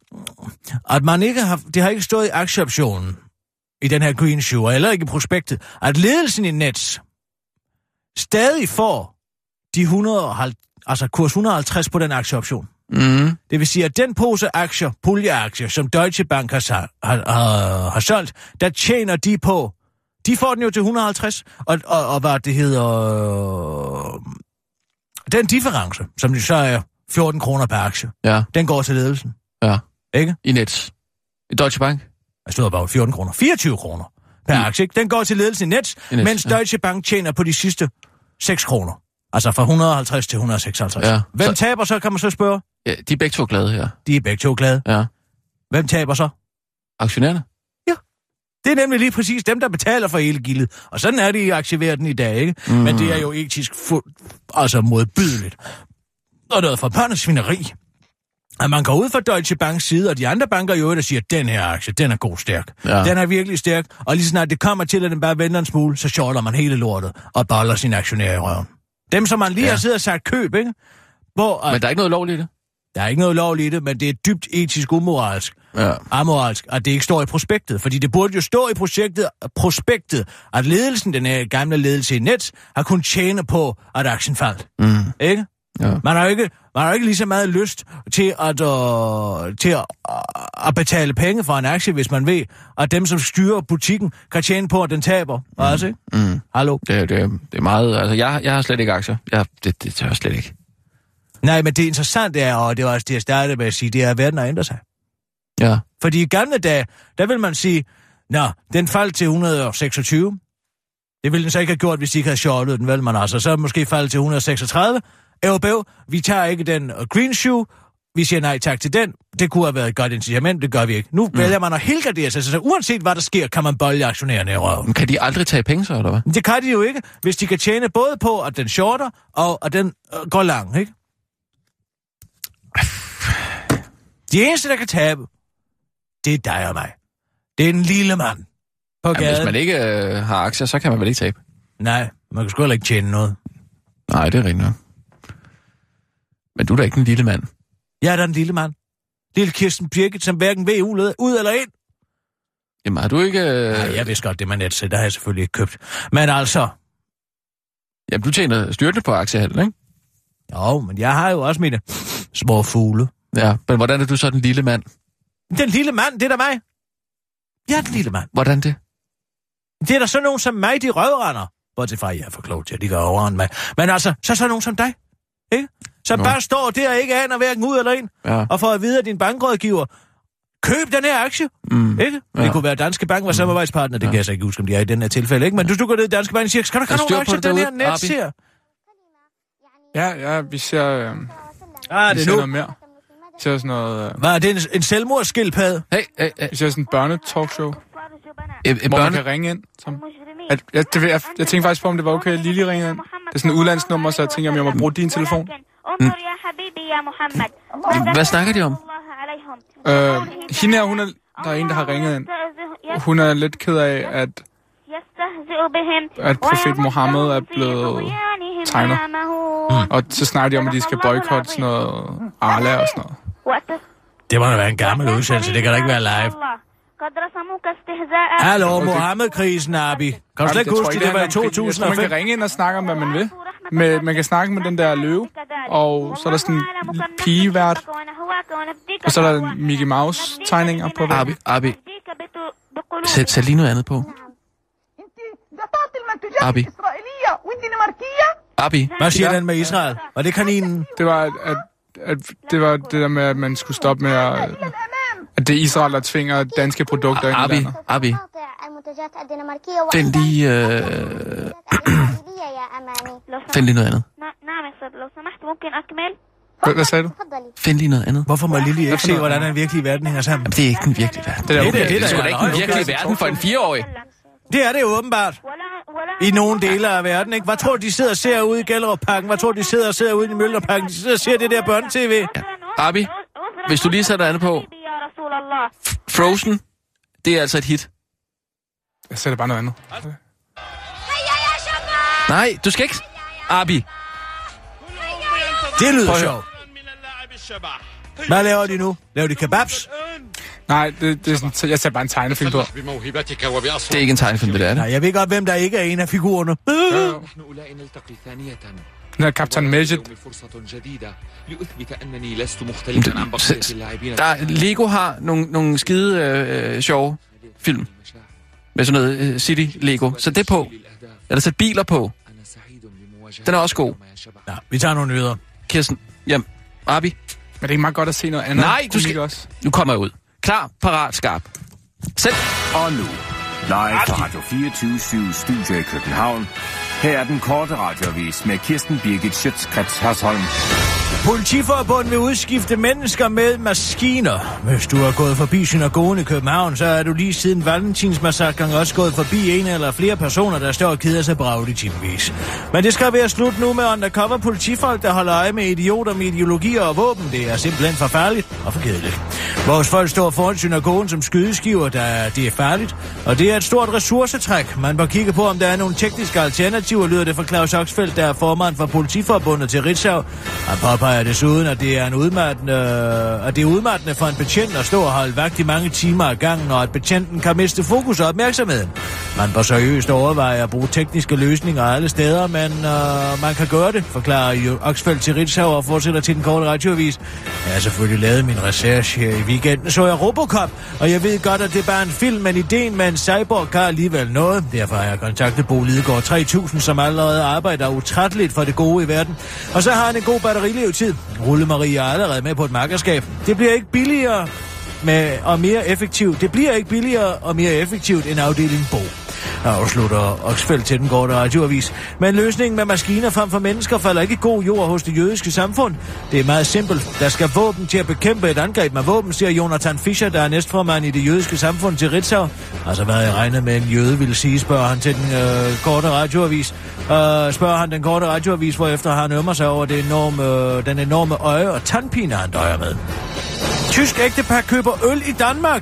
at man ikke har, det har ikke stået i aktieoptionen i den her green shoe, eller ikke i prospektet, at ledelsen i Nets stadig får de hundrede og halvtreds, altså kurs et hundrede og halvtreds på den aktieoption. Mm. Det vil sige, at den pose aktier, puljeaktier, som Deutsche Bank har, har, har, har solgt, der tjener de på, de får den jo til et hundrede og halvtreds, og, og, og hvad det hedder, øh, den difference, som jo så er fjorten kroner per aktie, ja. Den går til ledelsen. Ja. Ikke? I Nets. I Deutsche Bank. Jeg stod bare fjorten kroner. fireogtyve kroner per mm. aktie, ikke? Den går til ledelsen i Nets, I Nets mens ja. Deutsche Bank tjener på de sidste seks kroner. Altså fra et hundrede og halvtreds til et hundrede og seksoghalvtreds. Ja. Hvem så... taber så, kan man så spørge? Ja, de er begge to glade her. De er begge to glade. Ja. Hvem taber så? Aktionærerne. Ja. Det er nemlig lige præcis dem, der betaler for hele gildet. Og sådan er det i aktieverdenen i dag, ikke? Mm. Men det er jo etisk fu- altså modbydeligt. Og noget for børnesvineri. At man går ud fra Deutsche Banks side, og de andre banker jo der siger, at den her aktie, den er god stærk. Ja. Den er virkelig stærk. Og lige snart det kommer til, at den bare vender en smule, så shorter man hele lortet og boller sine aktionærer i røven. Dem, som man lige ja. har siddet og sagt køb, ikke? Hvor, men der er ikke noget lovligt i det? Der er ikke noget lovligt i det, men det er dybt etisk umoralsk. Ja. Amoralsk, at det ikke står i prospektet. Fordi det burde jo stå i projektet, prospektet, at ledelsen, den her gamle ledelse i Nets, har kun tjene på, at aktien faldt. Mm. Ikke? Ja. Man har jo ikke, man har ikke lige så meget lyst til at, uh, til at, uh, at betale penge for en aktie, hvis man ved, at dem, som styrer butikken, kan tjene på, at den taber. Mm. Altså, ikke? Mm. Hallo? Det, det, det er meget... Altså, jeg, jeg har slet ikke aktier. Jeg, det, det tør jeg slet ikke. Nej, men det interessante er, og det var også det, jeg startede med at sige, det er, at verden har ændret sig. Ja. Fordi i gamle dage, der vil man sige, nå, den faldt til et hundrede og seksogtyve. Det ville den så ikke have gjort, hvis de ikke havde shortet den, vel, man altså. Så måske faldet til et hundrede og seksogtredive. Ævbæv, vi tager ikke den green shoe, vi siger nej tak til den. Det kunne have været et godt incitament, det gør vi ikke. Nu mm. vælger man at helgardere sig, så uanset hvad der sker, kan man bolde aktionærerne i røven. Men kan de aldrig tage penge så, eller hvad? Det kan de jo ikke, hvis de kan tjene både på, at den shorter, og at den øh, går lang, ikke? De eneste, der kan tabe, det er dig og mig. Det er en lille mand på gaden. Hvis man ikke øh, har aktier, så kan man vel ikke tabe? Nej, man kan sgu heller ikke tjene noget. Nej, det er rigtigt nok. Men du er da ikke en lille mand. Jeg er da en lille mand. Lille Kirsten Birgit, som hverken ved ud eller ind. Jamen, har du ikke... Øh... Nej, jeg vidste godt, det man net så der har jeg selvfølgelig ikke købt. Men altså... Jamen, du tjener styrtende på aktiehandel, ikke? Jo, men jeg har jo også mine små fugle. Ja, men hvordan er du så den lille mand? Den lille mand, det er da mig. Jeg er den lille mand. Hvordan det? Det er da sådan nogen som mig, de røvrender. Bortset fra, at jeg er for klog til, at de går over mig. Men altså, så er sådan nogen som dig. Ikke? Som Nå. bare står der og ikke aner hverken ud eller ind. Ja. Og får at vide af din bankrådgiver, køb den her aktie. Mm. Ikke? Ja. Det kunne være Danske Bank var samarbejdspartner. Det ja. kan jeg så ikke huske, om de er i den her tilfælde. Ikke? Men du, du går ned i Danske Bank og siger, skal der komme nogle aktier, den her net ser? Ja, ja, vi ser, øh, ah, vi det ser nu. noget mere. Vi ser sådan noget... Øh, Hvad er det, en, en selvmordsskildpadde? Hey, hey, hey. Vi ser sådan en børnetalkshow, e, e, hvor børne... man kan ringe ind. Som, at, jeg, det, jeg, jeg tænkte faktisk på, om det var okay, at Lili ringer ind. Det er sådan et udlandsnummer, så jeg tænker, om jeg må bruge din telefon. Mm. Hvad snakker de om? Øh, hende her, hun er, der er en, der har ringet ind. Hun er lidt ked af, at, at profet Mohammed er blevet tegnet. Og så snakker de om, at de skal boykotte sådan noget Arla og sådan noget. Det må da være en gammel udsendelse, det kan da ikke være live. Hallo, Mohammed-krisen, Abi. Kan du slet ikke huske, det var i to tusind og fem? Man kan ringe ind og snakke om, hvad man vil. Med, man kan snakke med den der løve, og så er der sådan en pigevært, og så er der Mickey Mouse-tegninger på Abi, Abi. Sæt, sæt lige noget andet på. Abi. Abi. Hvad siger den med Israel? Var det kaninen? Det var, at, at, det var det der med, at man skulle stoppe med at... At det er Israel, der tvinger danske produkter ind i Abi, landet. Abi. Find lige... Øh... Find lige noget andet. Hvad, hvad sagde du? Find lige noget andet. Hvorfor må Lili ikke se, hvordan den virkelige verden hænger sammen? Jamen, det er ikke den virkelige verden. Det er, okay. det, det, Det er sgu da det, ikke den virkelige verden for en fireårig. det er det jo åbenbart. I nogle dele af verden, ikke? Hvad tror du, de sidder og ser ude i Gellerup-parken? Hvad tror du, de sidder og ser ude i Møllerparken? De sidder og ser det der børne-tv. Ja. Abi, hvis du lige sætter andet på. Frozen, det er altså et hit. Jeg sætter bare noget andet. Nej, du skal ikke... Abi. Det lyder sjovt. Hvad laver de nu? Laver de kebabs? Nej, det, det er sådan, jeg sætter bare en tegnefilm på. Det er ikke en tegnefilm, det er det. Nej, jeg ved godt, hvem der ikke er en af figurerne. Den er Kaptajn Majid. Der, Lego har nogle, nogle skide øh, sjove film. Med sådan noget øh, City-Lego. Så det på. Eller sæt biler på. Den er også god. Ja, vi tager nogle nyheder. Kirsten, jamen, Abi. Men det er ikke meget godt at se noget andet. Nej, du skal... Også. Nu kommer jeg ud. Klar, parat, skarp. Sæt. Og nu, live fra Radio fireogtyve syv Studio i København. Her er den korte radioavis med Kirsten Birgit Schøtz-Krets Hørsholm. Politiforbundet vil udskifte mennesker med maskiner. Hvis du har gået forbi synagogen i København, så er du lige siden Valentinsmassakren også gået forbi en eller flere personer, der står og keder sig bragt i timevis. Men det skal være slut nu med undercover politifolk, der holder øje med idioter med ideologier og våben. Det er simpelthen for farligt og for kedeligt. Vores folk står foran synagogen som skydeskiver, der det er farligt, og det er et stort ressourcetræk. Man bør kigge på, om der er nogle tekniske alternativer, lyder det fra Claus Oxfeldt, der er formand for Politiforbundet til Ritzau. Han påpeger desuden, at det er en udmattende, at det er udmattende for en betjent at stå og holde vagt i mange timer ad gangen, og at betjenten kan miste fokus og opmærksomheden. Man bør seriøst overveje at bruge tekniske løsninger alle steder, men øh, man kan gøre det, forklarer Oxfeldt til Ritzau og fortsætter til den korte radioavis. Jeg har selvfølgelig lavet min research her i weekenden, så jeg Robocop, og jeg ved godt, at det er bare en film, men ideen med en cyborg kan alligevel noget. Derfor har jeg kontaktet Bo Lidegaard tre tusind, som allerede arbejder utrætteligt for det gode i verden. Og så har han en god batterilevetid. Rulle Marie er allerede med på et makkerskab. Det bliver ikke billigere med, og mere effektivt. Det bliver ikke billigere og mere effektivt end afdeling Bo. Afslutter Oxfeldt til den korte radioavis. Men løsningen med maskiner frem for mennesker falder ikke i god jord hos det jødiske samfund. Det er meget simpelt. Der skal våben til at bekæmpe et angreb med våben, siger Jonathan Fischer, der er næstformand i det jødiske samfund til Ritzau. Altså hvad jeg regner med en jøde ville sige, spørger han til den øh, korte radioavis. Øh, spørger han den korte radioavis, hvorefter han ømmer sig over det enorme, øh, den enorme øje- og tandpine, han døjer med. Tysk ægtepar køber øl i Danmark.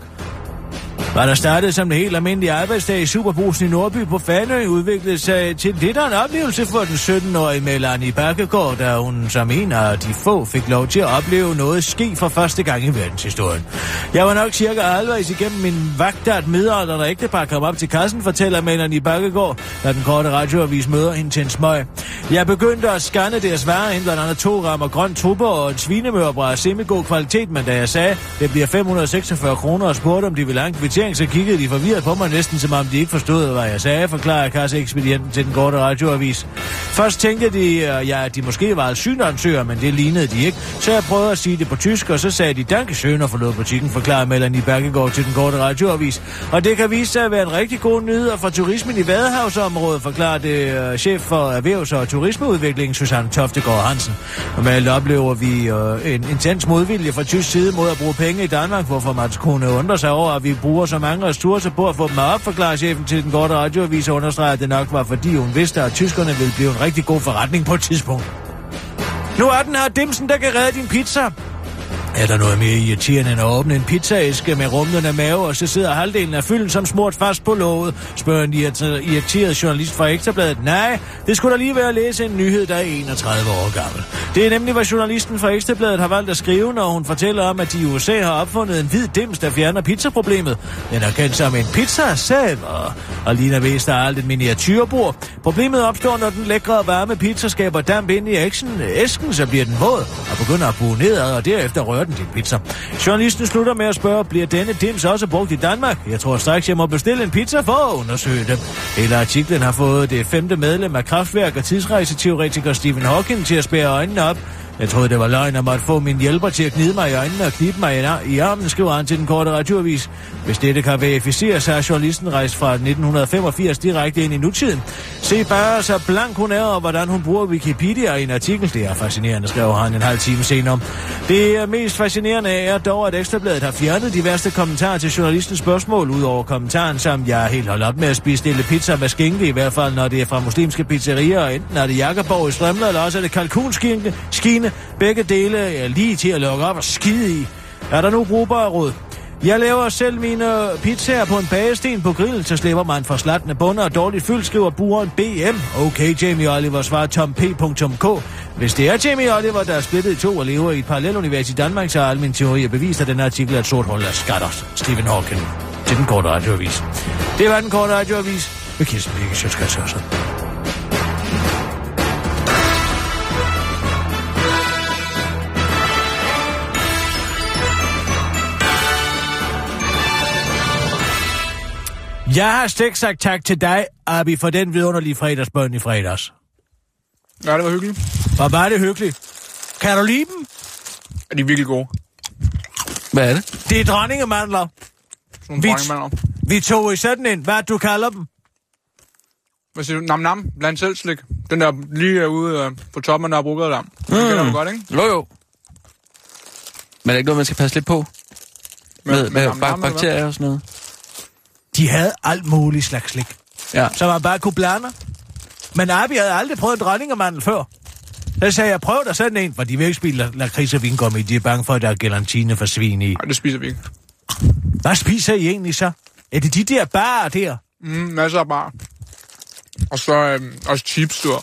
Hvad der startede som en helt almindelig arbejdsdag i Superbrugsen i Nordby på Fanø, udviklede sig til lidt af en oplevelse for den sytten-årige Melanie Bakkegaard, da hun som en af de få fik lov til at opleve noget ske for første gang i verdenshistorien. Jeg var nok cirka halvvejs igennem min vagt, da et midaldrende ægtepar kom op til kassen, fortæller Melanie Bakkegaard, da den korte radioavis møder hende til en smøg. Jeg begyndte at scanne deres varer ind, blandt andet to rammer grøn trupper og en svinemørbræd af semigod kvalitet, men da jeg sagde, det bliver fem hundrede og seksogfyrre kroner og spurgte, om de ville have en kvittering, så kiggede de forvirret på mig næsten, som om de ikke forstod, hvad jeg sagde, forklarer kasseekspedienten til den korte radioavis. Først tænkte de, ja, at de måske var asylansøgere, men det lignede de ikke. Så jeg prøvede at sige det på tysk, og så sagde de Dankeschön og forlod butikken, forklarer Melanie Bakkegaard til den korte radioavis. Og det kan vise sig at være en rigtig god nyhed for turismen i Vadehavsområdet, forklarer det uh, chef for erhvervs- og turismeudvikling, Susanne Toftegård Hansen. Normalt oplever vi uh, en intens modvilje fra tysk side mod at bruge penge i Danmark, hvorfor man kunne undre sig over, at vi bruger så mange ressourcer på at få dem op, forklarer chefen til den korte radioavis og understreger, at det nok var, fordi hun vidste, at tyskerne ville blive en rigtig god forretning på et tidspunkt. Nu er den her dimsen, der kan redde din pizza. Er der noget mere irriterende end at åbne en pizzaæske med rumlende mave, og så sidder halvdelen af fylden som smurt fast på låget, spørger en irriteret journalist fra Ekstrabladet. Nej, det skulle da lige være at læse en nyhed, der er enogtredive år gammel. Det er nemlig, hvad journalisten fra Ekstrabladet har valgt at skrive, når hun fortæller om, at de i U S A har opfundet en hvid dims, der fjerner pizzaproblemet. Den er kendt som en pizza-saver, og ligner vist af alt et miniatyrbord. Problemet opstår, når den lækre og varme pizza skaber damp ind i æsken, æsken, så bliver den våd og begynder at buge nedad, og derefter rører den din pizza. Journalisten slutter med at spørge, bliver denne dims også brugt i Danmark? Jeg tror straks, jeg må bestille en pizza for at undersøge det. Hele artiklen har fået det femte medlem af Kraftværk og tidsrejseteoretiker Stephen Hawking til at spærre øjnene op. Jeg troede, det var løgn om at få min hjælper til at gnide mig i øjnene og knibe mig i armen, skriver han til den korte radioavis. Hvis dette kan verificeres, har journalisten rejst fra nitten femogfirs direkte ind i nutiden. Se bare så blank hun er, og hvordan hun bruger Wikipedia i en artikel. Det er fascinerende, skrev han en halv time senere. Det mest fascinerende er dog, at Ekstrabladet har fjernet de værste kommentarer til journalistens spørgsmål, udover kommentaren, som jeg er helt holdt op med at spise stille pizza med skinke, i hvert fald når det er fra muslimske pizzerier, og enten er det Jakobborg i Strømler, eller også er det kalkunskinke, skine. Begge dele er lige til at lukke op og skide i. Er der nu brugbare råd? Jeg laver selv mine pizzaer på en bagesten på grillen, så slipper man for slattende bunder og dårligt fyld, skriver brugeren B M. Okay, Jamie Oliver, svarer Tom P punktum K. Hvis det er Jamie Oliver, der er splittet i to og lever i et parallelunivers i Danmark, så er al min teori bevist, at den artikel er et sort hul af skatter. Stephen Hawking til den korte radioavis. Det var den korte radioavis med Kirsten Birke Sjøtskrets. Jeg har slet ikke sagt tak til dig, Abi, for den vidunderlige fredagsbøn i fredags. Ja, det var hyggeligt. Hvor var det hyggeligt. Kan du lide dem? Er de virkelig gode? Hvad er det? Det er dronningemandler. Sådan vi, dronningemandler. Vi tog i sådan en. Hvad du kalder dem? Hvad siger du? Nam nam, blandt selv slik. Den der lige er ude uh, på toppen, der er brugt der. Mm. Det kender du godt, ikke? Jo, jo. Men er det ikke noget, man skal passe lidt på? Med, med, med nam, nam, bakterier og sådan noget? De havde alt muligt slags slik. Ja. Så man bare kunne blande. Men Abi havde aldrig prøvet en dronningemandel før. Så sagde jeg, prøv dig sådan en, for de vil ikke spille lakrids og vingummi. De er bange for, at der er gelatine for svin i. Nej, det spiser vi ikke. Hvad spiser I egentlig så? Er det de der barer der? Mm, masser af barer. Og så øhm, også chips, du har.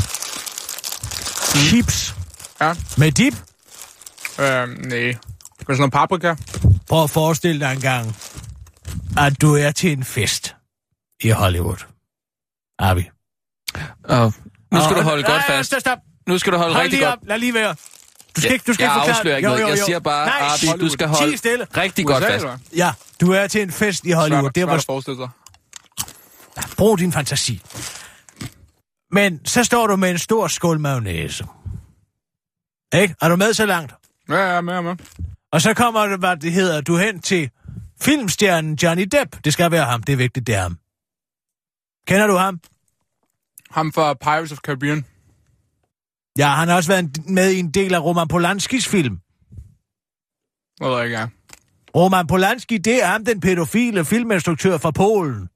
Chips? Ja. Med dip? Øhm, nej. Med sådan noget paprika. Prøv at forestille dig engang, at du er til en fest i Hollywood. Abi. Og nu skal og, du holde nej, godt fast. Stop, stop. Nu skal du holde Hold rigtig lige godt. Op. Lad lige være. Du skal ja, ikke, du skal jeg ikke forklare. afslører ikke jo, jo, noget. jo. Jeg siger bare, nej, Abi, Hollywood. Du skal holde stille. rigtig U S A, godt fast. Eller? Ja, du er til en fest i Hollywood. Svært, det var svært at forestille sig. Ja, brug din fantasi. Men så står du med en stor skål mayonnaise. Ikke? Er du med så langt? Ja, ja, med, med. Og så kommer det, hvad det hedder, du hen til filmstjernen Johnny Depp. Det skal være ham, det er vigtigt, det er ham. Kender du ham? Ham fra Pirates of Caribbean. Ja, han har også været med i en del af Roman Polanskis film. Hvad ved jeg ikke, ja. Roman Polanski, det er ham, den pædofile filminstruktør fra Polen.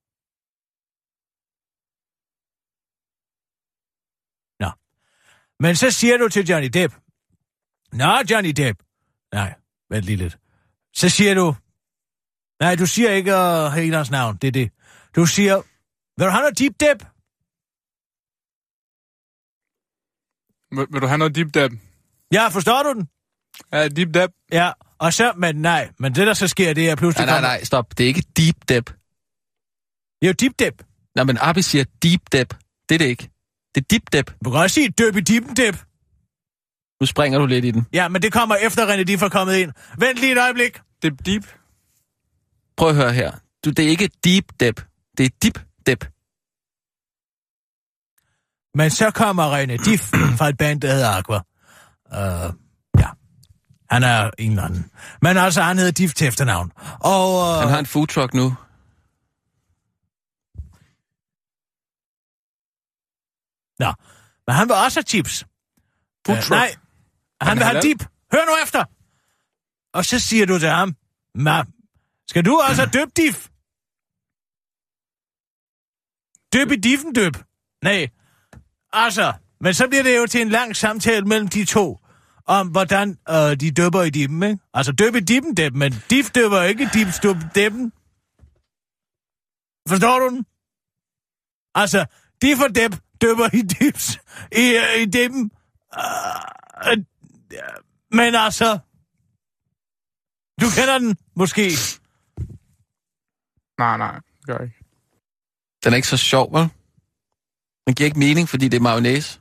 Nå. Men så siger du til Johnny Depp. Nå, Johnny Depp. Nej, vent lige lidt. Så siger du... Nej, du siger ikke uh, hele hans navn, det er det. Du siger... Vil du have noget deep dip? Vil, vil du have noget deep dip? Ja, forstår du den? Ja, deep dip. Ja, og så... Men nej, men det der så sker, det er pludselig... Nej, nej, nej, stop. Det er ikke deep dip. Det er jo deep dip. Nej, men Abi siger deep dip. Det er det ikke. Det er deep dip. Du kan også sige dip i deepen dip. Nu springer du lidt i den. Ja, men det kommer efter René Diff er kommet ind. Vent lige et øjeblik. Dip deep. Prøv at høre her. Du, det er ikke deep dip. Det er deep dip. Men så kommer René Diff fra et band, der hedder Aqua. Uh, ja. Han er en eller anden. Men altså, han hedder Diff til efternavn. Og, uh... Han har en food truck nu. Nå, men han vil også have chips. Food truck? Uh, nej, han vil have dip. Hør nu efter. Og så siger du til ham, Ma, skal du også have døb Diff? Døb i diffen døb? Nej. Altså, men så bliver det jo til en lang samtale mellem de to. om, hvordan øh, de døber i dippen, ikke? Altså, døb i dippen, dip, men dif døber ikke dip, stup, dippen. Forstår du den? Altså, dif og dip døber i dips, i, uh, i dippen. Uh, uh, men altså, du kender den, måske. Nej, nej, det gør jeg ikke. Den er ikke så sjov, vel? Den giver ikke mening, fordi det er mayonnaise.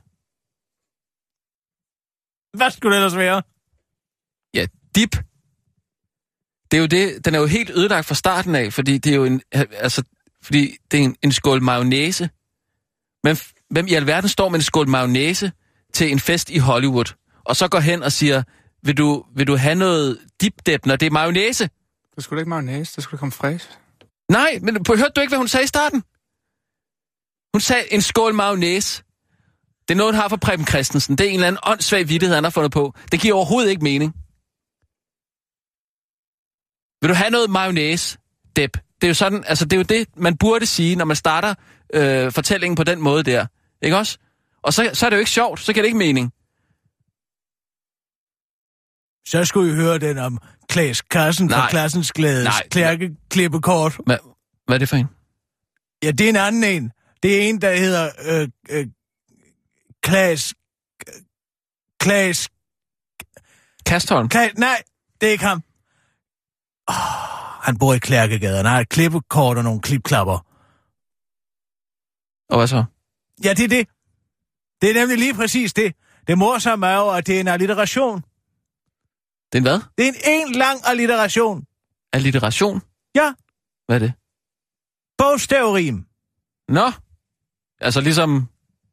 Hvad skulle det ellers være? Ja, dip. Det er jo det, den er jo helt ødelagt fra starten af, fordi det er jo en, altså, fordi det er en, en skål mayonnaise. Men hvem i alverden står med en skål mayonnaise til en fest i Hollywood, og så går hen og siger, vil du, vil du have noget dip-dip, når det er mayonnaise? Det skulle da ikke mayonnaise, det skulle da komme frisk. Nej, men hørte du ikke, hvad hun sagde i starten? Hun sagde en skål mayonnaise. Det er noget, hun har fra Preben Christensen. Det er en eller anden åndssvag vittighed, han har fundet på. Det giver overhovedet ikke mening. Vil du have noget mayonnaise, dip? Det er jo sådan, altså det er jo det, man burde sige, når man starter øh, fortællingen på den måde der. Ikke også? Og så, så er det jo ikke sjovt, så giver det ikke mening. Så skulle I høre den om Klaas Kassen fra Klassens Glædes klærkeklippekort. Hvad, hvad er det for en? Ja, det er en anden en. Det er en, der hedder øh, øh, Klaas... Klaas... Kastholm? Klaas, nej, det er ikke ham. Oh, han bor i Klærkegade. Han har et klippekort og nogle klipklapper. Og hvad så? Ja, det er det. Det er nemlig lige præcis det. Det morsomme er jo, at det er en alliteration. Det er en hvad? Det er en en lang alliteration. Alliteration? Ja. Hvad er det? Bogstavrim. Nå. Altså ligesom...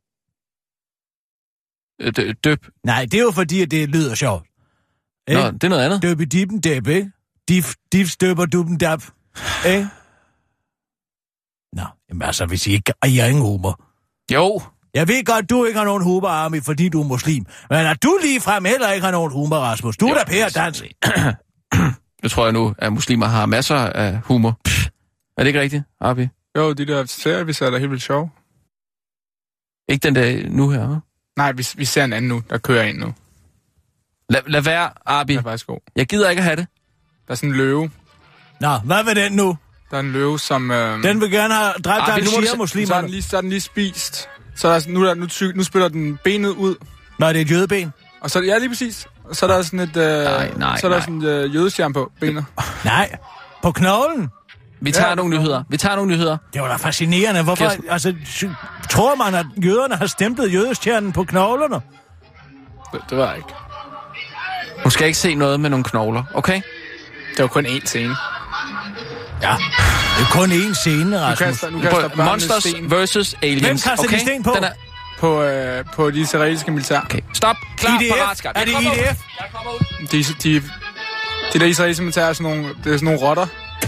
Døb. Nej, det er jo fordi, at det lyder sjovt. Nå, eh? Det er noget andet. Døb i dippen dæb, ikke? Dif, dif støber duppen dab. Eh? Nå, jamen altså, hvis I ikke... I har ingen humor. Jo. Jeg ved godt, du ikke har nogen humor, Armin, fordi du er muslim. Men at du ligefrem heller ikke har nogen humor, Rasmus. Du jo, er da pære dansk. Det tror jeg nu, at muslimer har masser af humor. Pff. Er det ikke rigtigt, Arbi? Jo, de der serier, vi ser, der er helt vildt sjov. Ikke den der nu her, hva'? Nej, vi, vi ser en anden nu, der kører ind nu. Lad, lad være, Arbi. Det er faktisk god. Jeg gider ikke at have det. Der er sådan en løve. Nå, hvad vil den nu? Der er en løve, som... Øh... Den vil gerne have dræbt alle shia-muslimerne. Så er den lige, så er den lige spist. Så er der, nu, der, nu, ty, nu spiller den benet ud. Nå, det er et jødeben. Og så, ja, lige præcis. Og så er der sådan et... Øh, nej, nej, så er der nej. sådan et øh, jødestjern på benet. Nej, på knoglen. Vi tager ja, nogle nyheder. Vi tager nogle nyheder. Det var da fascinerende. Hvorfor... Kirsten. Altså, tror man, at jøderne har stemplet jødestjernen på knoglerne? Det, det var jeg ikke. Hun skal ikke se noget med nogle knogler, okay? Det var kun én scene. Ja, det er kun én scene, Rasmus. Nu kaster, nu kaster på Monsters versus Aliens. Hvem kaster okay? de sten på? Den er... På, øh, på de israelske militær. Okay, stop. Klar, I D F? parat, skat. Er det I D F? Jeg kommer ud. De, de, de der israelske militær er sådan nogle, det er sådan nogle rotter.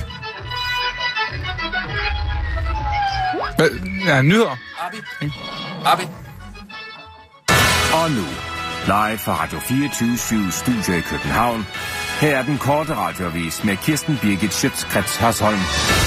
Hvad? Ja, nyheder. Arbi. Arbi. Og nu, live fra Radio fireogtyve syv Studio i København. Her er den korte radioavis med Kirsten Birgit Schøtz-Krets Hørsholm.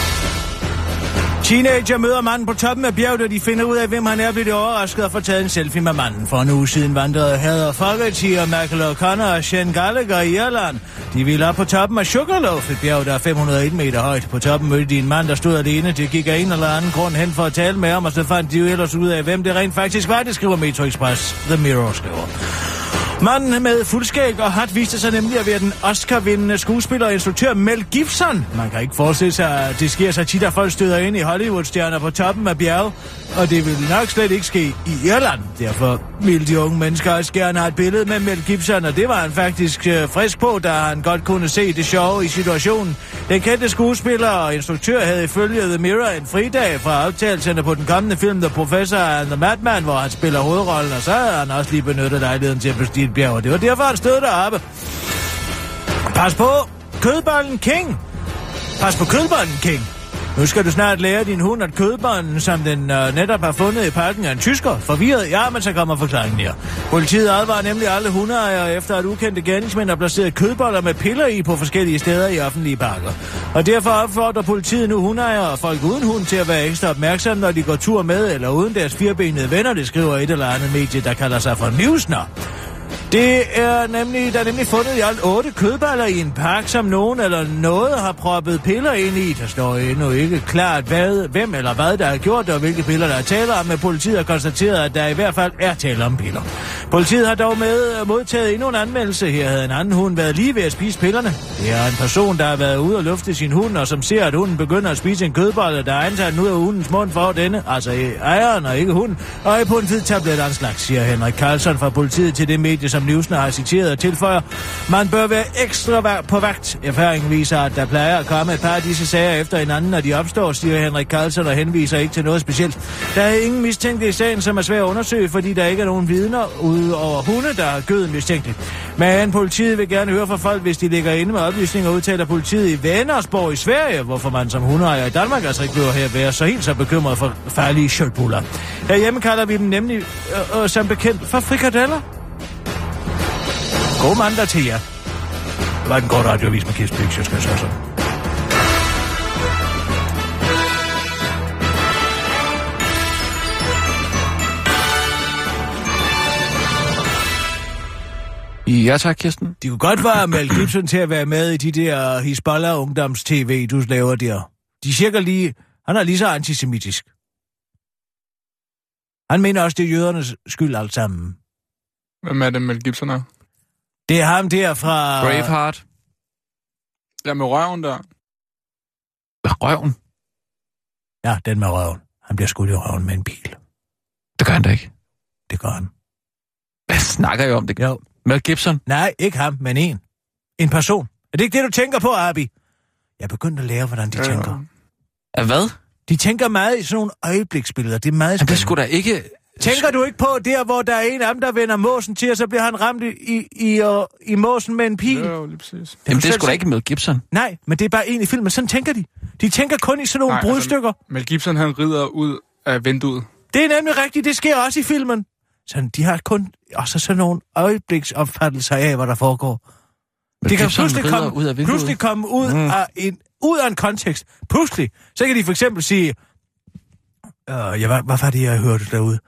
Teenager møder manden på toppen af bjerget, og de finder ud af, hvem han er, bliver overrasket og får taget en selfie med manden. For en uge siden vandrede Heather Fogarty og Michael O'Connor og Shane Gallagher i Irland. De ville op på toppen af Sugarloaf, et bjerg, der er fem hundrede og en meter højt. På toppen mødte de en mand, der stod alene. Det gik af en eller anden grund hen for at tale med ham, og så fandt de jo ellers ud af, hvem det rent faktisk var, det skriver Metro Express. The Mirror skriver. Manden med fuldskæg og hat viste sig nemlig at være den Oscar-vindende skuespiller og instruktør Mel Gibson. Man kan ikke forestille sig, at det sker så tit, at folk støder ind i Hollywood-stjerner på toppen af bjerget, og det vil nok slet ikke ske i Irland. Derfor ville de unge mennesker også gerne have et billede med Mel Gibson, og det var han faktisk øh, frisk på, da han godt kunne se det sjove i situationen. Den kendte skuespiller og instruktør havde ifølge The Mirror en fridag fra optagelserne på den kommende film The Professor and the Madman, hvor han spiller hovedrollen, og så havde han også lige benyttet lejligheden til at bestige et bjerg, og det var derfor, han stod deroppe. Pas på, kødbollen King! Pas på kødbollen King! Nu skal du snart lære din hund, at kødbollen, som den øh, netop har fundet i parken, er en tysker. Forvirret? Ja, men så kommer forklaringen her. Politiet advarer nemlig alle hundeejere efter, at ukendte gerningsmænd har placeret kødboller med piller i på forskellige steder i offentlige parker. Og derfor opfordrer politiet nu hundeejere og folk uden hund til at være ekstra opmærksomme, når de går tur med eller uden deres firebenede venner, det skriver et eller andet medie, der kalder sig for Newsner. Det er nemlig, der er nemlig fundet i alt otte kødballer i en pakke, som nogen eller noget har proppet piller ind i. Der står endnu ikke klart, hvad, hvem eller hvad der har gjort det, og hvilke piller der er tale om, men politiet har konstateret, at der i hvert fald er tale om piller. Politiet har dog med modtaget endnu en anmeldelse. Her havde en anden hund været lige ved at spise pillerne. Det er en person, der har været ude og lufte sin hund, og som ser, at hunden begynder at spise en kødbolle, der er antaget den ud af hundens mund for denne, altså ejeren og ikke hunden, og på en fedtablet af en slags, siger Henrik Karlsson fra politiet til det medie, som Newsner har citeret og tilføjer. Man bør være ekstra på vagt. Erfaringen viser, at der plejer at komme et par af disse sager efter hinanden, når de opstår, siger Henrik Karlsson og henviser ikke til noget specielt. Der er ingen mistænkte i sagen, som er svær at undersøge, fordi der ikke er nogen vidner ud over hunde, der har gødet mistænkeligt. Men politiet vil gerne høre fra folk, hvis de ligger inde med oplysninger, udtaler politiet i Vänersborg i Sverige, hvorfor man som hundeejer i Danmark altså ikke behøver her være så helt så bekymret for farlige kjølbuller. Herhjemme kalder vi dem nemlig øh, øh, som bekendt for frikadeller. God mandag til jer. Det var en god radioavis med Kirsten Birgit Schøtz, skal jeg så. Ja tak, Kirsten. De kunne godt være Mel Gibson til at være med i de der Hizbollah ungdoms-tv, du laver der. De cirka lige... Han er lige så antisemitisk. Han mener også, det er jødernes skyld alt sammen. Hvem er det, Mel Gibson er? Det er ham der fra... Braveheart. Ja, med røven der. Røven? Ja, den med røven. Han bliver skudt i røven med en pil. Det gør han da ikke. Det gør han. Hvad snakker I om det? Jo. Mel Gibson? Nej, ikke ham, men en. En person. Er det ikke det, du tænker på, Abi? Jeg er begyndt at lære, hvordan de ja. tænker. Ja, hvad? De tænker meget i sådan nogle øjebliksbilleder. Det er meget spændende. Det skulle da ikke... Tænker du ikke på der, hvor der er en af dem, der vender måsen til, og så bliver han ramt i, i, i, uh, i måsen med en pil? Jo, lige præcis. Jamen, det er sgu da ikke Mel Gibson. Nej, men det er bare en i filmen. Sådan tænker de. De tænker kun i sådan nogle Nej, brudstykker. Altså, Mel Gibson, han rider ud af vinduet. Det er nemlig rigtigt. Det sker også i filmen. Så de har kun også sådan nogle øjebliksopfattelser af, hvad der foregår. Mel det kan Gibson pludselig komme ud, af pludselig komme ud, mm. af en, ud af en kontekst. Pludselig. Så kan de for eksempel sige... Øh, ja, hvad, hvad var det, jeg hørte derude?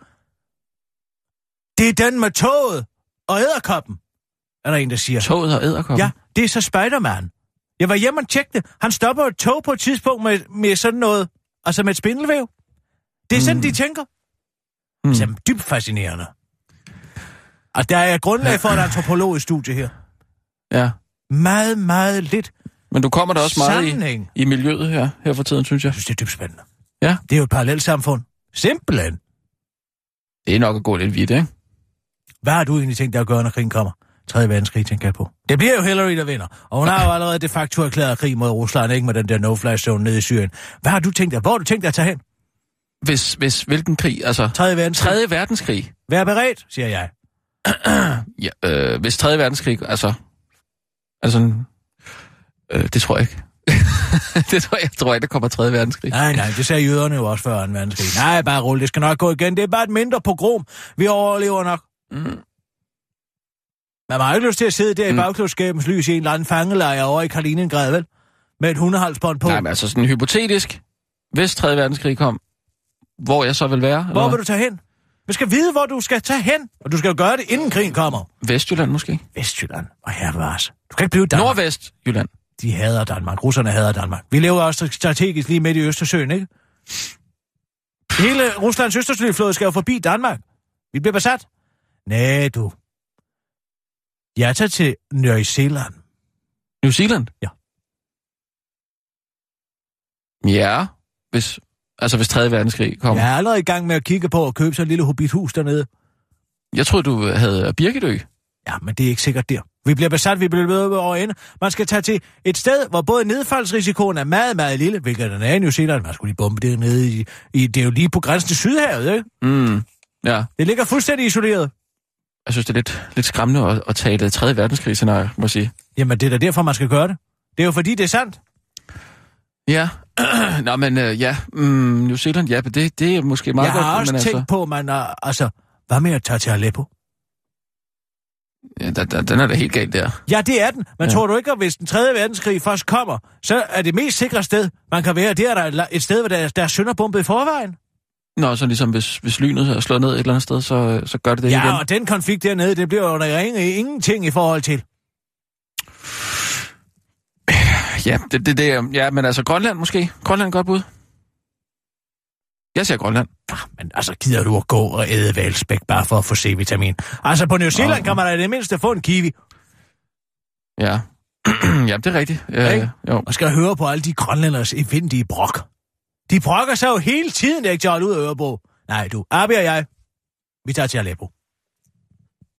Det er den med toget og edderkoppen, er der en, der siger. Toget og edderkoppen? Ja, det er så Spider-Man. Jeg var hjemme og tjekkede. Han stopper et tog på et tidspunkt med, med sådan noget, altså med et spindelvæv. Det er sådan, mm. de tænker. Mm. Det er dybt fascinerende. Og der er grundlag for et antropologisk studie her. Ja. Meget, meget lidt. Men du kommer da også meget i, i miljøet her, her for tiden, synes jeg. Jeg synes, det er dybt spændende. Ja. Det er jo et parallelt samfund. Simpelthen. Det er nok at gå lidt vidt, ikke? Hvad har du egentlig tænkt dig at gøre, når krigen kommer? tredje verdenskrig, tænker jeg på. Det bliver jo Hillary, der vinder. Og hun har jo allerede de facto erklæret krig mod Rusland, ikke med den der no-fly zone nede i Syrien. Hvad har du tænkt dig? Hvor har du tænkt dig at tage hen? Hvis, hvis hvilken krig? Altså... tredje verdenskrig. tredje verdenskrig? Vær beredt, siger jeg. ja, øh, hvis tredje verdenskrig, altså... Altså... Øh, det tror jeg ikke. det tror jeg, jeg tror ikke, der kommer tredje verdenskrig. Nej, nej, det sagde jøderne jo også før anden verdenskrig. Nej, bare rulle, det skal nok gå igen. Det er bare et mindre pogrom. Vi overlever nok. Mm. Man har ikke lyst til at sidde der mm. i bagklodskabens lys i en eller anden fangelejr over i Kaliningrad, vel? Med et hundehalsbånd på. Nej, men altså sådan hypotetisk. Hvis tredje verdenskrig kom, hvor jeg så vil være? Hvor eller? Vil du tage hen? Vi skal vide, hvor du skal tage hen. Og du skal jo gøre det, inden krigen kommer. Vestjylland måske? Vestjylland. Og her var du kan ikke blive Danmark. Nordvestjylland. De hader Danmark. Russerne hader Danmark. Vi lever også strategisk lige midt i Østersøen, ikke? Hele Ruslands Østersøflåde skal jo forbi Danmark. Vi bliver besat. Næh, du. Jeg tager til New Zealand. New Zealand? Ja. Ja, hvis, altså hvis tredje verdenskrig kommer. Jeg er allerede i gang med at kigge på at købe sådan et lille hobbithus dernede. Jeg troede, du havde Birgitø. Ja, men det er ikke sikkert der. Vi bliver besat, vi bliver ved over ende. Man skal tage til et sted, hvor både nedfaldsrisikoen er meget, meget lille, hvilket den er i New Zealand. Man skulle lige bombe det nede i, i... Det er jo lige på grænsen til Sydhavet, ikke? Mm, ja. Det ligger fuldstændig isoleret. Jeg synes, det er lidt, lidt skræmmende at, at tage det tredje verdenskrig-scenarie, må jeg sige. Jamen, det er da derfor, man skal gøre det. Det er jo fordi, det er sandt. Ja. Nå, men uh, ja. Mm, New Zealand, ja, det, det er måske meget jeg godt. Jeg har også men tænkt altså... på, man er, altså, hvad med at tage til Aleppo? Ja, da, da, den er da helt galt der. Ja, det er den. Men ja. Tror du ikke, at hvis den tredje verdenskrig først kommer, så er det mest sikre sted, man kan være, det er der et sted, hvor der, der er sønderbumpet i forvejen? Nå, så ligesom hvis, hvis lynet er slået ned et eller andet sted, så, så gør det det ja, igen. Ja, og den konflikt dernede, det bliver jo der ingenting i forhold til. Ja, det, det, det, ja, men altså Grønland måske. Grønland er godt bud. Jeg siger Grønland. Ja, men altså gider du at gå og æde hvalspæk bare for at få C-vitamin? Altså på New Zealand Nå. kan man da i det mindste få en kiwi. Ja, ja, det er rigtigt. Øh, jo. Man skal høre på alle de grønlænders evindelige brok. De brokker sig jo hele tiden, ikke John, ud af Ørebro. Nej, du, Abi og jeg, vi tager til Aleppo.